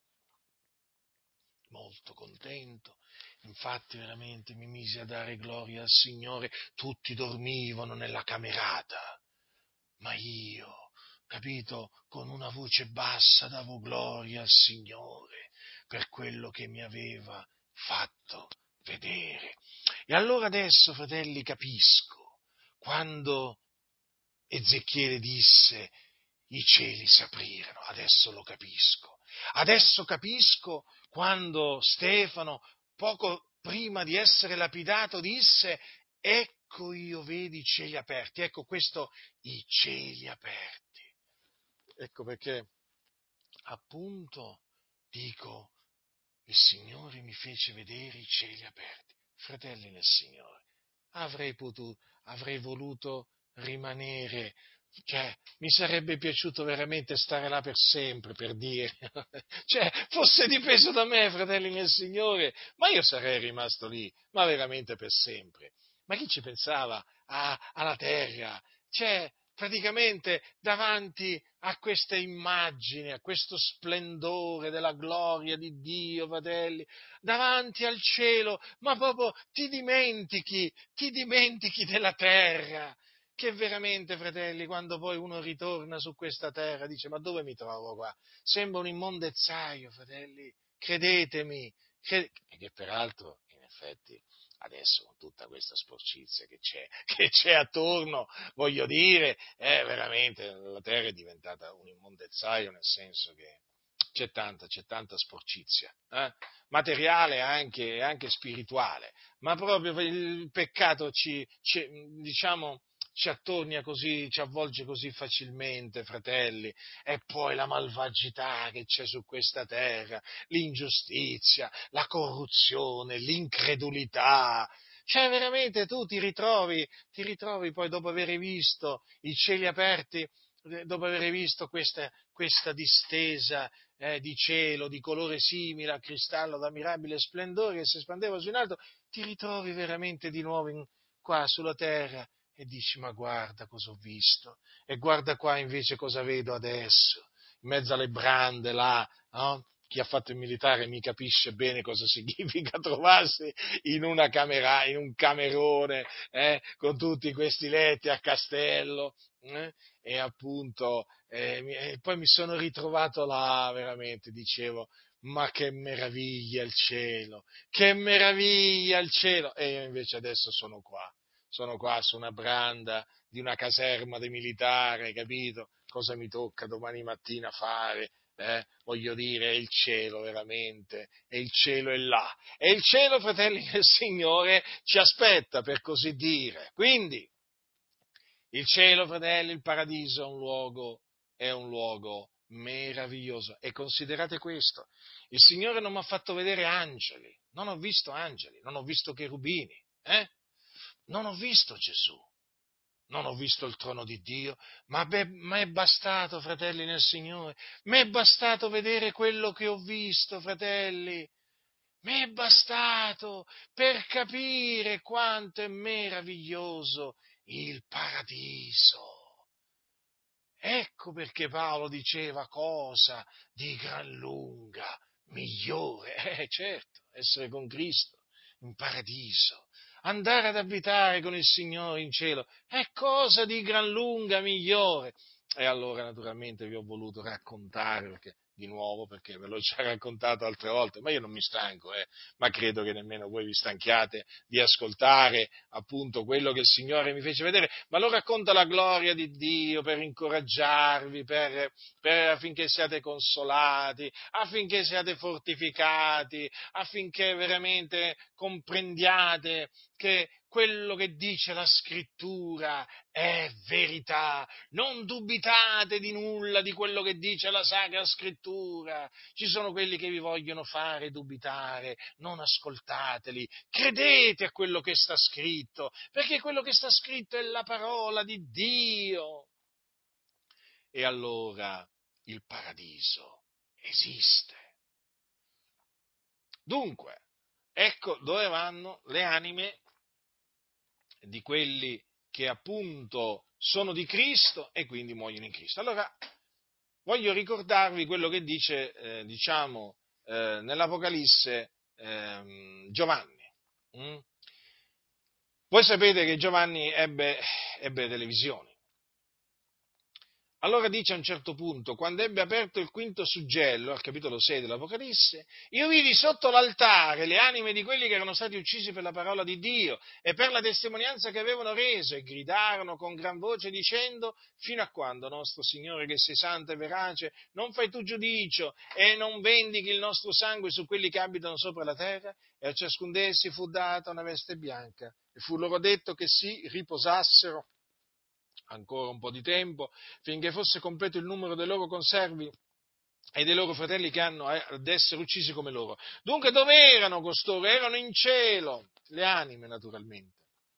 molto contento. Infatti veramente mi misi a dare gloria al Signore. Tutti dormivano nella camerata, ma io, capito, con una voce bassa davo gloria al Signore per quello che mi aveva fatto vedere. E allora adesso, fratelli, capisco quando Ezechiele disse: i cieli s'aprirono, adesso lo capisco. Adesso capisco quando Stefano, poco prima di essere lapidato, disse: ecco io vedi i cieli aperti. Ecco questo, i cieli aperti. Ecco perché, appunto, dico, il Signore mi fece vedere i cieli aperti. Fratelli nel Signore, avrei voluto rimanere, cioè, mi sarebbe piaciuto veramente stare là per sempre, per dire, cioè, fosse dipeso da me, fratelli nel Signore, ma io sarei rimasto lì, ma veramente per sempre. Ma chi ci pensava alla terra? Cioè, praticamente davanti a questa immagine, a questo splendore della gloria di Dio, fratelli, davanti al cielo, ma proprio ti dimentichi della terra, che veramente, fratelli, quando poi uno ritorna su questa terra, dice: ma dove mi trovo qua? Sembra un immondezzaio, fratelli, credetemi, e che peraltro, in effetti, adesso con tutta questa sporcizia che c'è attorno, voglio dire, veramente la terra è diventata un immondezzaio, nel senso che c'è tanta sporcizia, materiale e anche spirituale, ma proprio il peccato diciamo, ci attornia così, ci avvolge così facilmente, fratelli, e poi la malvagità che c'è su questa terra, l'ingiustizia, la corruzione, l'incredulità. Cioè, veramente tu ti ritrovi poi dopo aver visto i cieli aperti, dopo aver visto questa distesa di cielo di colore simile a cristallo d'ammirabile splendore che si espandeva su in alto, ti ritrovi veramente di nuovo qua sulla terra e dici: ma guarda cosa ho visto, e guarda qua invece cosa vedo adesso, in mezzo alle brande là, no? Chi ha fatto il militare mi capisce bene cosa significa trovarsi in una camera, in un camerone, con tutti questi letti a castello, e appunto, e poi mi sono ritrovato là, veramente, dicevo, ma che meraviglia il cielo, che meraviglia il cielo, e io invece adesso sono qua su una branda di una caserma di militare, capito? Cosa mi tocca domani mattina fare? Voglio dire, è il cielo veramente, e il cielo è là, e il cielo, fratelli del Signore, ci aspetta, per così dire. Quindi, il cielo, fratelli, il paradiso è un luogo meraviglioso. E considerate questo, il Signore non mi ha fatto vedere angeli, non ho visto cherubini, non ho visto Gesù. Non ho visto il trono di Dio, ma è bastato, fratelli nel Signore, mi è bastato vedere quello che ho visto, fratelli, mi è bastato per capire quanto è meraviglioso il paradiso. Ecco perché Paolo diceva cosa di gran lunga migliore. Certo, essere con Cristo in paradiso, andare ad abitare con il Signore in cielo, è cosa di gran lunga migliore. E allora naturalmente vi ho voluto raccontare, di nuovo, perché ve l'ho già raccontato altre volte, ma io non mi stanco, ma credo che nemmeno voi vi stanchiate di ascoltare appunto quello che il Signore mi fece vedere, ma lo racconto la gloria di Dio per incoraggiarvi, affinché siate consolati, affinché siate fortificati, affinché veramente comprendiate che quello che dice la Scrittura è verità. Non dubitate di nulla di quello che dice la Sacra Scrittura. Ci sono quelli che vi vogliono fare dubitare, non ascoltateli, credete a quello che sta scritto, perché quello che sta scritto è la parola di Dio. E allora il paradiso esiste. Dunque, ecco dove vanno le anime di quelli che appunto sono di Cristo e quindi muoiono in Cristo. Allora, voglio ricordarvi quello che dice, nell'Apocalisse Giovanni. Mm? Voi sapete che Giovanni ebbe delle visioni. Allora dice a un certo punto, quando ebbe aperto il quinto suggello, al capitolo 6 dell'Apocalisse, io vidi sotto l'altare le anime di quelli che erano stati uccisi per la parola di Dio e per la testimonianza che avevano reso e gridarono con gran voce dicendo, fino a quando, nostro Signore che sei santo e verace, non fai tu giudicio e non vendichi il nostro sangue su quelli che abitano sopra la terra? E a ciascun d'essi fu data una veste bianca e fu loro detto che si riposassero ancora un po' di tempo, finché fosse completo il numero dei loro conservi e dei loro fratelli che hanno ad essere uccisi come loro. Dunque dove erano costoro? Erano in cielo, le anime naturalmente.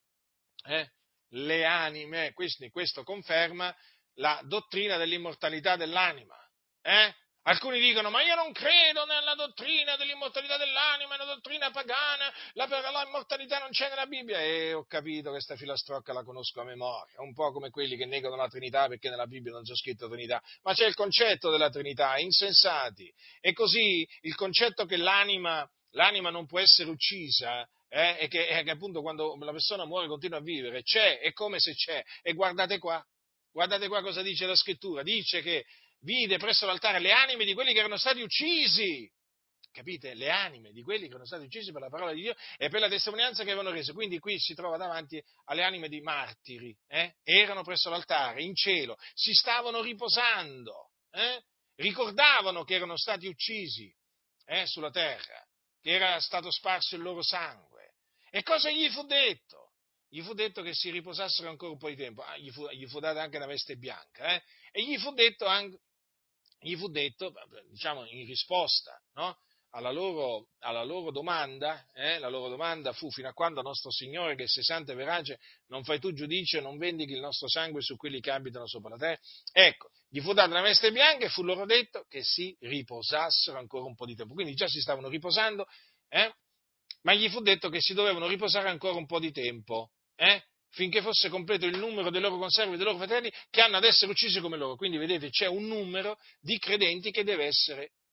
Le anime, questo conferma la dottrina dell'immortalità dell'anima. Alcuni dicono, ma io non credo nella dottrina dell'immortalità dell'anima, è una dottrina pagana, la immortalità non c'è nella Bibbia. E ho capito, questa filastrocca la conosco a memoria, un po' come quelli che negano la Trinità perché nella Bibbia non c'è scritto Trinità, ma c'è il concetto della Trinità, insensati. E così il concetto che l'anima non può essere uccisa, e che appunto quando la persona muore continua a vivere, c'è, è come se c'è. E guardate qua cosa dice la Scrittura, dice che vide presso l'altare le anime di quelli che erano stati uccisi, capite? Le anime di quelli che erano stati uccisi per la parola di Dio e per la testimonianza che avevano reso. Quindi qui si trova davanti alle anime di martiri, erano presso l'altare, in cielo, si stavano riposando, ricordavano che erano stati uccisi sulla terra, che era stato sparso il loro sangue. E cosa gli fu detto? Gli fu detto che si riposassero ancora un po' di tempo, gli fu data anche una veste bianca, e gli fu detto, diciamo, in risposta, no? alla loro domanda, la loro domanda fu fino a quando nostro Signore che sei santo e verace non fai tu giudicio e non vendichi il nostro sangue su quelli che abitano sopra la terra. Ecco, gli fu data una veste bianca e fu loro detto che si riposassero ancora un po' di tempo. Quindi già si stavano riposando, ma gli fu detto che si dovevano riposare ancora un po' di tempo, finché fosse completo il numero dei loro conservi e dei loro fratelli che hanno ad essere uccisi come loro. Quindi vedete, c'è un numero di credenti che deve essere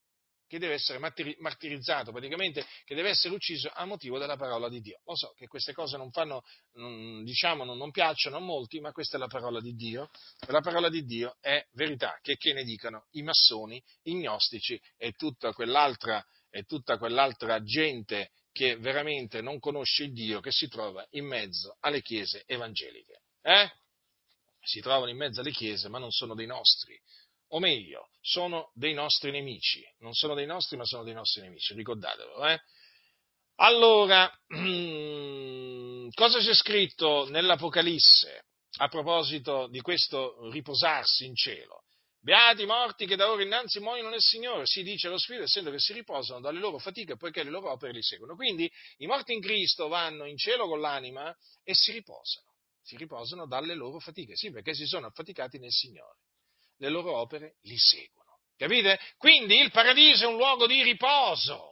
che deve essere martirizzato, praticamente che deve essere ucciso a motivo della parola di Dio. Lo so che queste cose non piacciono a molti, ma questa è la parola di Dio, e la parola di Dio è verità, che ne dicano i massoni, i gnostici e tutta quell'altra gente che veramente non conosce il Dio, che si trova in mezzo alle chiese evangeliche. Si trovano in mezzo alle chiese, ma non sono dei nostri. O meglio, sono dei nostri nemici. Non sono dei nostri, ma sono dei nostri nemici, ricordatevelo. Allora, cosa c'è scritto nell'Apocalisse a proposito di questo riposarsi in cielo? Beati i morti che da ora innanzi muoiono nel Signore, si dice lo Spirito, essendo che si riposano dalle loro fatiche, poiché le loro opere li seguono. Quindi i morti in Cristo vanno in cielo con l'anima e si riposano dalle loro fatiche, sì, perché si sono affaticati nel Signore. Le loro opere li seguono. Capite? Quindi il paradiso è un luogo di riposo,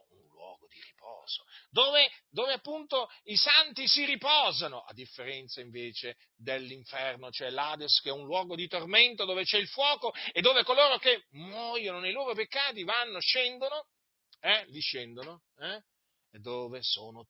dove appunto i santi si riposano, a differenza invece dell'inferno, cioè l'Ades, che è un luogo di tormento dove c'è il fuoco e dove coloro che muoiono nei loro peccati discendono, e dove sono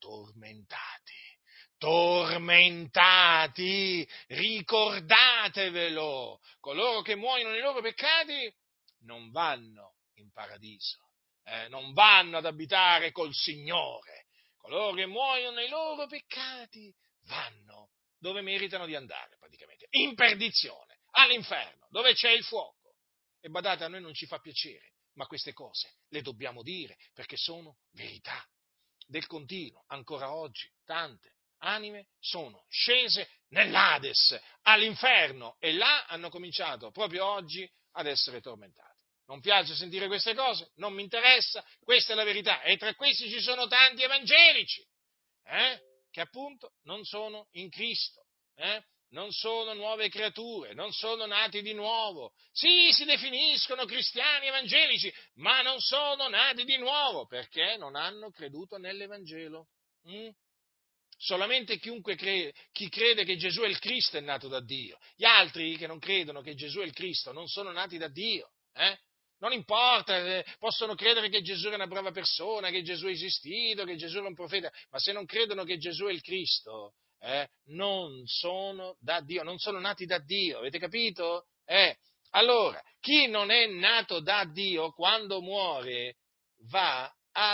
tormentati, ricordatevelo, coloro che muoiono nei loro peccati non vanno in paradiso, non vanno ad abitare col Signore, coloro che muoiono nei loro peccati vanno dove meritano di andare praticamente, in perdizione, all'inferno, dove c'è il fuoco. E badate, a noi non ci fa piacere, ma queste cose le dobbiamo dire perché sono verità. Del continuo, ancora oggi, tante anime sono scese nell'Ades, all'inferno, e là hanno cominciato proprio oggi ad essere tormentate. Non piace sentire queste cose? Non mi interessa, questa è la verità. E tra questi ci sono tanti evangelici, che appunto non sono in Cristo, non sono nuove creature, non sono nati di nuovo. Sì, si definiscono cristiani evangelici, ma non sono nati di nuovo perché non hanno creduto nell'Evangelo. Solamente chi crede che Gesù è il Cristo è nato da Dio. Gli altri che non credono che Gesù è il Cristo non sono nati da Dio. Non importa, possono credere che Gesù è una brava persona, che Gesù è esistito, che Gesù è un profeta, ma se non credono che Gesù è il Cristo, non sono da Dio, non sono nati da Dio, avete capito? Allora, chi non è nato da Dio quando muore va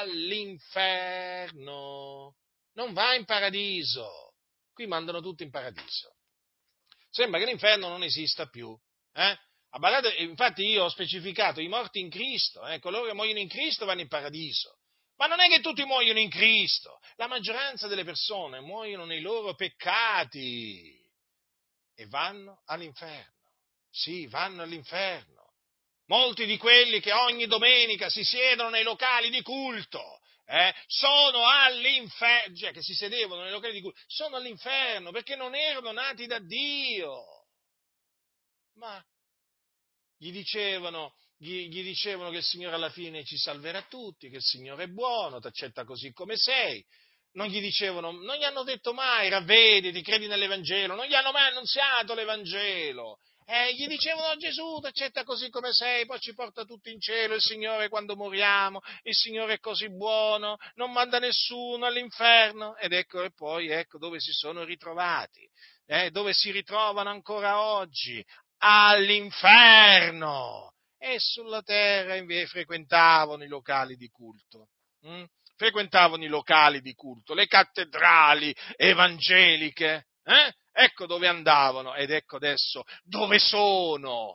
all'inferno, non va in paradiso. Qui mandano tutti in paradiso. Sembra che l'inferno non esista più. Infatti io ho specificato i morti in Cristo, coloro che muoiono in Cristo vanno in paradiso. Ma non è che tutti muoiono in Cristo, la maggioranza delle persone muoiono nei loro peccati e vanno all'inferno. Sì, vanno all'inferno. Molti di quelli che ogni domenica si siedono nei locali di culto, sono all'inferno, cioè che si sedevano nei locali di culto, sono all'inferno perché non erano nati da Dio. Ma gli dicevano che il Signore alla fine ci salverà tutti, che il Signore è buono, ti accetta così come sei. Non gli hanno detto mai, ravvediti, credi nell'Evangelo, non gli hanno mai annunziato l'Evangelo. Gli dicevano Gesù ti accetta così come sei, poi ci porta tutti in cielo, il Signore quando moriamo, il Signore è così buono, non manda nessuno all'inferno. Ed ecco, e poi ecco dove si sono ritrovati, dove si ritrovano ancora oggi, all'inferno. E sulla terra invece frequentavano i locali di culto. Frequentavano i locali di culto, le cattedrali evangeliche, ecco dove andavano ed ecco adesso dove sono,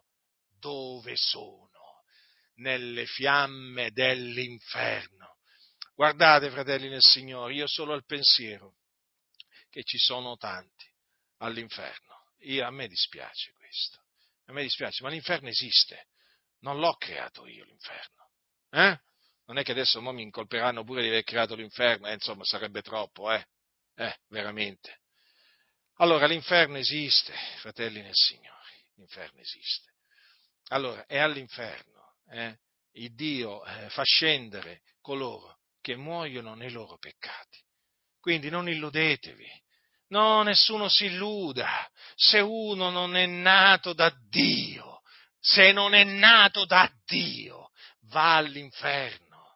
nelle fiamme dell'inferno. Guardate, fratelli nel Signore, io solo al pensiero che ci sono tanti all'inferno, a me dispiace questo, a me dispiace, ma l'inferno esiste, non l'ho creato io l'inferno, Non è che adesso mi incolperanno pure di aver creato l'inferno, insomma sarebbe troppo, veramente. Allora l'inferno esiste, fratelli nel Signore, l'inferno esiste. Allora è all'inferno, il Dio fa scendere coloro che muoiono nei loro peccati. Quindi non illudetevi, no, nessuno si illuda, se uno non è nato da Dio, se non è nato da Dio, va all'inferno.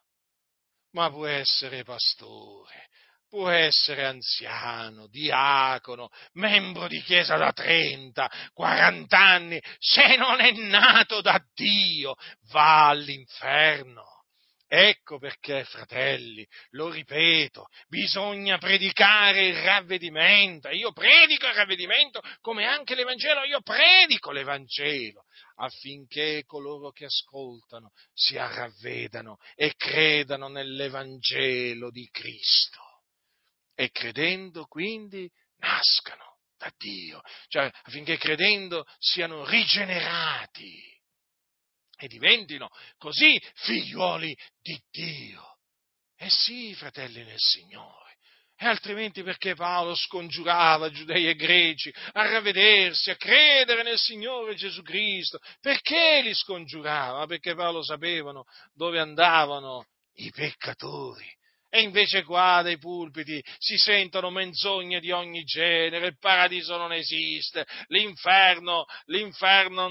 ma può essere pastore, può essere anziano, diacono, membro di chiesa da 30, 40 anni, se non è nato da Dio, va all'inferno. Ecco perché, fratelli, lo ripeto, bisogna predicare il ravvedimento. E io predico il ravvedimento come anche l'Evangelo, io predico l'Evangelo affinché coloro che ascoltano si ravvedano e credano nell'Evangelo di Cristo. E credendo quindi nascano da Dio, cioè affinché credendo siano rigenerati e diventino così figliuoli di Dio. Eh sì, fratelli nel Signore. E altrimenti perché Paolo scongiurava giudei e greci a ravvedersi, a credere nel Signore Gesù Cristo? Perché li scongiurava? Perché Paolo sapevano dove andavano i peccatori. E invece qua dai pulpiti si sentono menzogne di ogni genere, il paradiso non esiste, l'inferno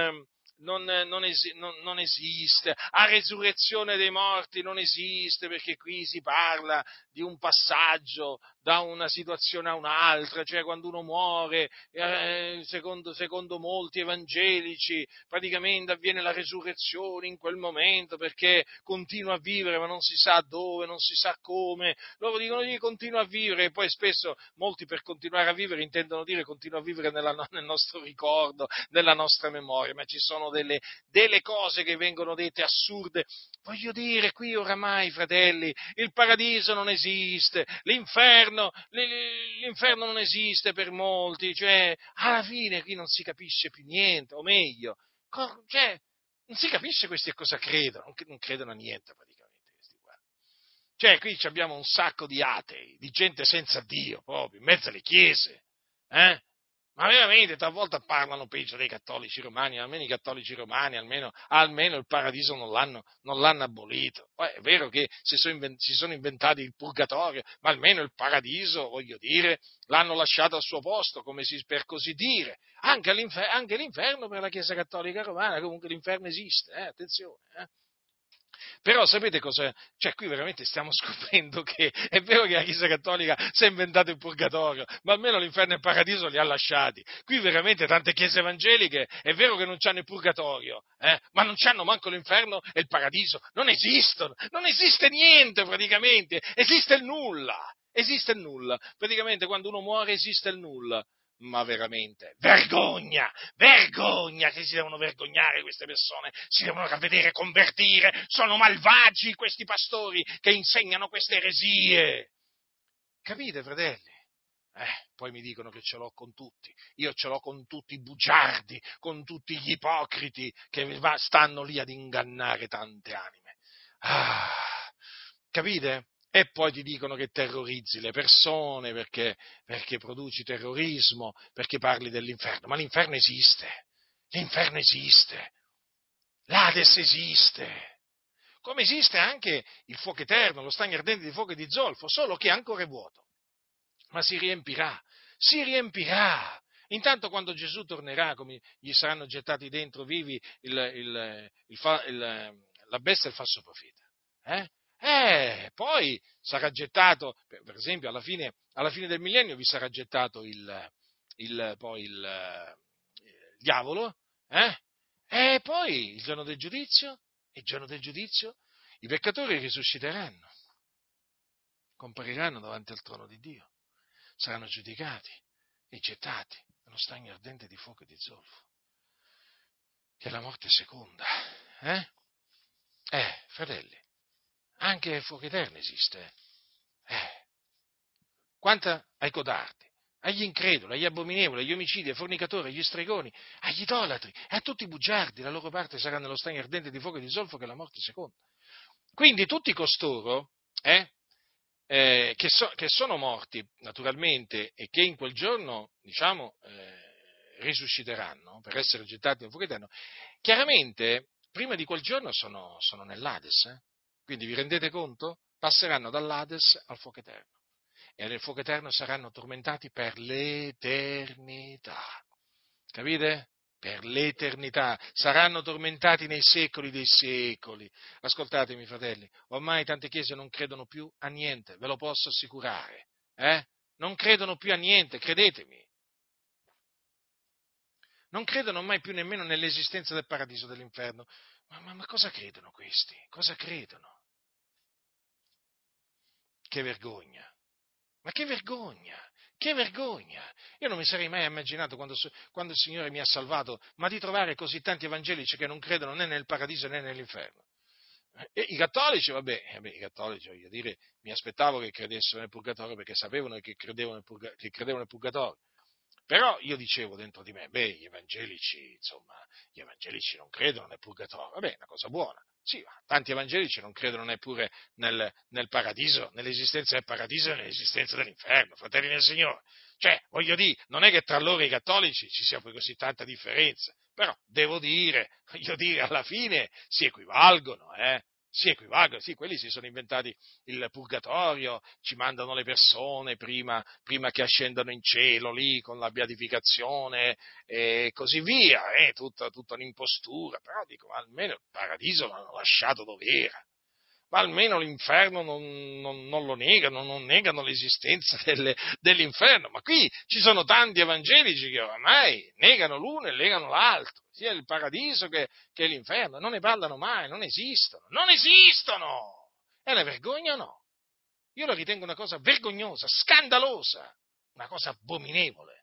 non esiste, a resurrezione dei morti non esiste, perché qui si parla di un passaggio da una situazione a un'altra, cioè quando uno muore, secondo molti evangelici, praticamente avviene la resurrezione in quel momento, perché continua a vivere, ma non si sa dove, non si sa come, loro dicono che continua a vivere, e poi spesso molti per continuare a vivere intendono dire continua a vivere nel nostro ricordo, nella nostra memoria, ma ci sono delle cose che vengono dette assurde. Voglio dire, qui oramai, fratelli, il paradiso non esiste, l'inferno non esiste per molti, cioè, alla fine qui non si capisce più niente, o meglio, cioè, non si capisce questi a cosa credono, non credono a niente praticamente questi qua. Cioè, qui abbiamo un sacco di atei, di gente senza Dio, proprio, in mezzo alle chiese, eh? Ma veramente, talvolta parlano peggio dei cattolici romani, almeno i cattolici romani, almeno il paradiso non l'hanno abolito. Poi è vero che si sono inventati il purgatorio, ma almeno il paradiso, voglio dire, l'hanno lasciato al suo posto, per così dire. Anche l'inferno per la Chiesa cattolica romana, comunque l'inferno esiste, attenzione. Però sapete cosa? Cioè qui veramente stiamo scoprendo che è vero che la Chiesa Cattolica si è inventato il purgatorio, ma almeno l'inferno e il paradiso li ha lasciati. Qui veramente tante chiese evangeliche è vero che non c'hanno il purgatorio, ma non c'hanno manco l'inferno e il paradiso. Non esistono, non esiste niente praticamente, esiste il nulla. Esiste il nulla. Praticamente quando uno muore esiste il nulla. Ma veramente, vergogna, vergogna che si devono vergognare queste persone, si devono ravvedere, convertire, sono malvagi questi pastori che insegnano queste eresie. Capite, fratelli? Poi mi dicono che ce l'ho con tutti, io ce l'ho con tutti i bugiardi, con tutti gli ipocriti che stanno lì ad ingannare tante anime. Capite? E poi ti dicono che terrorizzi le persone perché produci terrorismo, perché parli dell'inferno. Ma l'inferno esiste, l'Ades esiste, come esiste anche il fuoco eterno, lo stagno ardente di fuoco e di zolfo, solo che è ancora vuoto, ma si riempirà, si riempirà. Intanto quando Gesù tornerà, come gli saranno gettati dentro vivi la bestia e il falso profeta. Poi sarà gettato, per esempio, alla fine del millennio vi sarà gettato il diavolo, e poi il giorno del giudizio, i peccatori risusciteranno, compariranno davanti al trono di Dio, saranno giudicati e gettati nello stagno ardente di fuoco e di zolfo, che è la morte seconda. Fratelli, anche il fuoco eterno esiste. Quanta ai codardi, agli increduli, agli abominevoli, agli omicidi, ai fornicatori, agli stregoni, agli idolatri e a tutti i bugiardi, la loro parte sarà nello stagno ardente di fuoco e di zolfo, che è la morte seconda. Quindi tutti costoro che sono morti naturalmente e che in quel giorno, risusciteranno per essere gettati nel fuoco eterno, chiaramente prima di quel giorno sono nell'Ades. Quindi vi rendete conto? Passeranno dall'Ades al fuoco eterno e nel fuoco eterno saranno tormentati per l'eternità. Capite? per l'eternità, saranno tormentati nei secoli dei secoli. Ascoltatemi, fratelli, ormai tante chiese non credono più a niente, ve lo posso assicurare, Non credono più a niente, credetemi. Non credono mai più nemmeno nell'esistenza del paradiso, dell'inferno. Ma cosa credono questi? Cosa credono? Che vergogna! Ma che vergogna! Che vergogna! Io non mi sarei mai immaginato quando il Signore mi ha salvato, ma di trovare così tanti evangelici che non credono né nel paradiso né nell'inferno. E i cattolici, i cattolici, voglio dire, mi aspettavo che credessero nel purgatorio perché sapevano che che credevano nel purgatorio. Però io dicevo dentro di me, gli evangelici non credono nel purgatorio, vabbè, è una cosa buona. Sì, ma tanti evangelici non credono neppure nel paradiso, nell'esistenza del paradiso e nell'esistenza dell'inferno, fratelli del Signore. Cioè, voglio dire, non è che tra loro e i cattolici ci sia poi così tanta differenza, però voglio dire, alla fine si equivalgono, si equivalgono, sì, quelli si sono inventati il purgatorio, ci mandano le persone prima che ascendano in cielo lì con la beatificazione e così via, tutta un'impostura, però dico, almeno il paradiso l'hanno lasciato dove era. Ma almeno l'inferno non lo negano, non negano l'esistenza dell'inferno. Ma qui ci sono tanti evangelici che oramai negano l'uno e negano l'altro, sia il paradiso che l'inferno. Non ne parlano mai, non esistono, non esistono! È una vergogna o no? Io lo ritengo una cosa vergognosa, scandalosa, una cosa abominevole.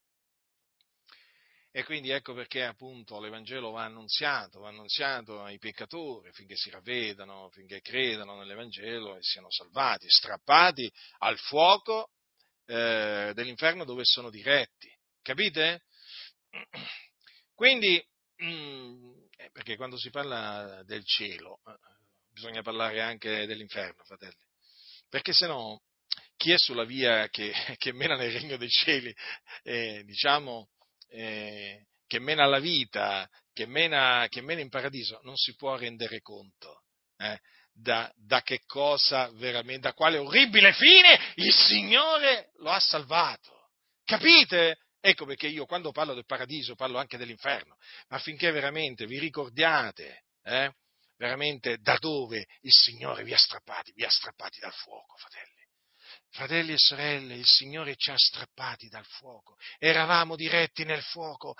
E quindi ecco perché appunto l'Evangelo va annunziato ai peccatori finché si ravvedano, finché credano nell'Evangelo e siano salvati, strappati al fuoco dell'inferno dove sono diretti. Capite? Quindi, perché quando si parla del cielo, bisogna parlare anche dell'inferno, fratelli. Perché se no, chi è sulla via che mena nel regno dei cieli, diciamo, che mena alla vita, che mena in paradiso, non si può rendere conto da che cosa veramente, da quale orribile fine il Signore lo ha salvato. Capite? Ecco perché io quando parlo del paradiso parlo anche dell'inferno, affinché veramente vi ricordiate, veramente da dove il Signore vi ha strappati dal fuoco, fratelli. Fratelli e sorelle, il Signore ci ha strappati dal fuoco. Eravamo diretti nel fuoco,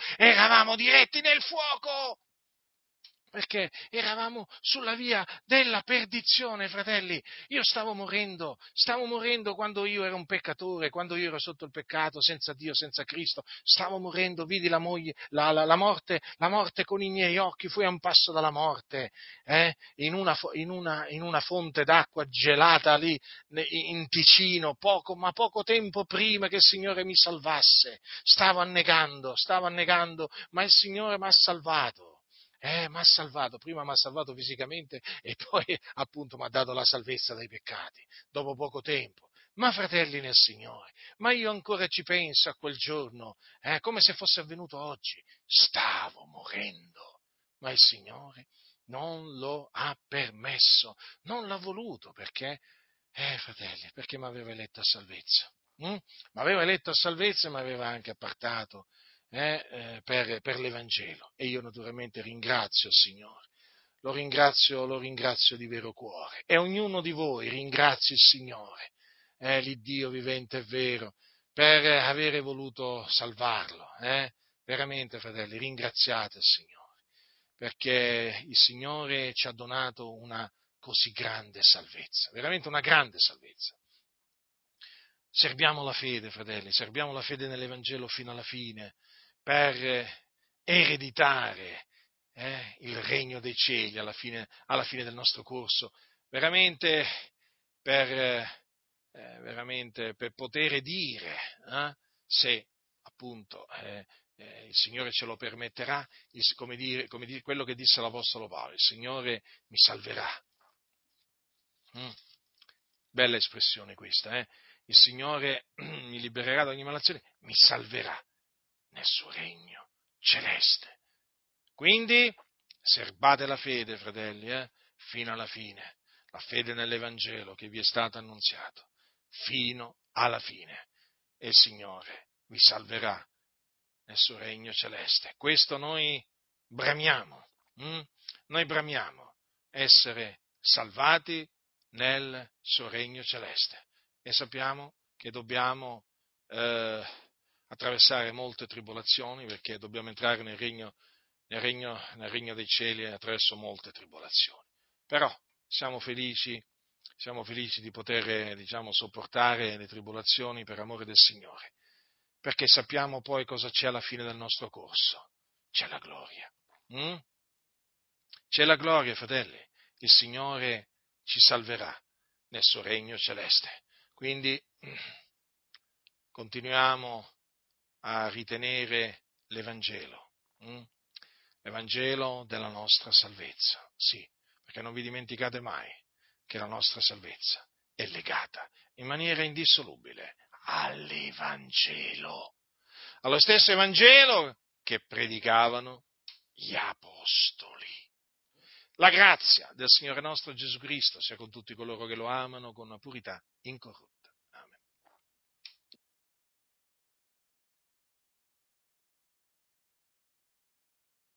perché eravamo sulla via della perdizione, fratelli. Io stavo morendo quando io ero un peccatore, quando io ero sotto il peccato, senza Dio, senza Cristo. Stavo morendo, vidi la morte con i miei occhi, fui a un passo dalla morte, in una fonte d'acqua gelata lì in Ticino, poco tempo prima che il Signore mi salvasse. Stavo annegando, ma il Signore mi ha salvato. Mi ha salvato, prima mi ha salvato fisicamente e poi appunto mi ha dato la salvezza dai peccati, dopo poco tempo. Ma fratelli nel Signore, ma io ancora ci penso a quel giorno, come se fosse avvenuto oggi. Stavo morendo, ma il Signore non lo ha permesso, non l'ha voluto, perché? Fratelli, perché mi aveva eletto a salvezza. Mi aveva eletto a salvezza e mi aveva anche appartato per l'Evangelo. E io naturalmente ringrazio il Signore, lo ringrazio di vero cuore. E ognuno di voi ringrazia il Signore, l'Iddio vivente e vero, per avere voluto salvarlo. Veramente, fratelli, ringraziate il Signore, perché il Signore ci ha donato una così grande salvezza, veramente una grande salvezza. Serbiamo la fede, fratelli, serbiamo la fede nell'Evangelo fino alla fine, per ereditare il regno dei cieli alla fine del nostro corso, veramente veramente per poter dire, se appunto il Signore ce lo permetterà, come dire, quello che disse l'Apostolo Paolo, il Signore mi salverà. Mm. Bella espressione questa, Il Signore mi libererà da ogni malazione, mi salverà nel suo regno celeste. Quindi serbate la fede, fratelli, fino alla fine, la fede nell'Evangelo che vi è stato annunziato, fino alla fine. E il Signore vi salverà nel suo regno celeste. Questo noi bramiamo, noi bramiamo essere salvati nel suo regno celeste e sappiamo che dobbiamo attraversare molte tribolazioni perché dobbiamo entrare nel regno dei cieli attraverso molte tribolazioni. Però siamo felici di poter, sopportare le tribolazioni per amore del Signore, perché sappiamo poi cosa c'è alla fine del nostro corso. C'è la gloria. C'è la gloria, fratelli. Il Signore ci salverà nel suo regno celeste. Quindi continuiamo a ritenere l'Evangelo, l'Evangelo della nostra salvezza, sì, perché non vi dimenticate mai che la nostra salvezza è legata in maniera indissolubile all'Evangelo, allo stesso Evangelo che predicavano gli apostoli. La grazia del Signore nostro Gesù Cristo sia con tutti coloro che lo amano con una purità incorrotta.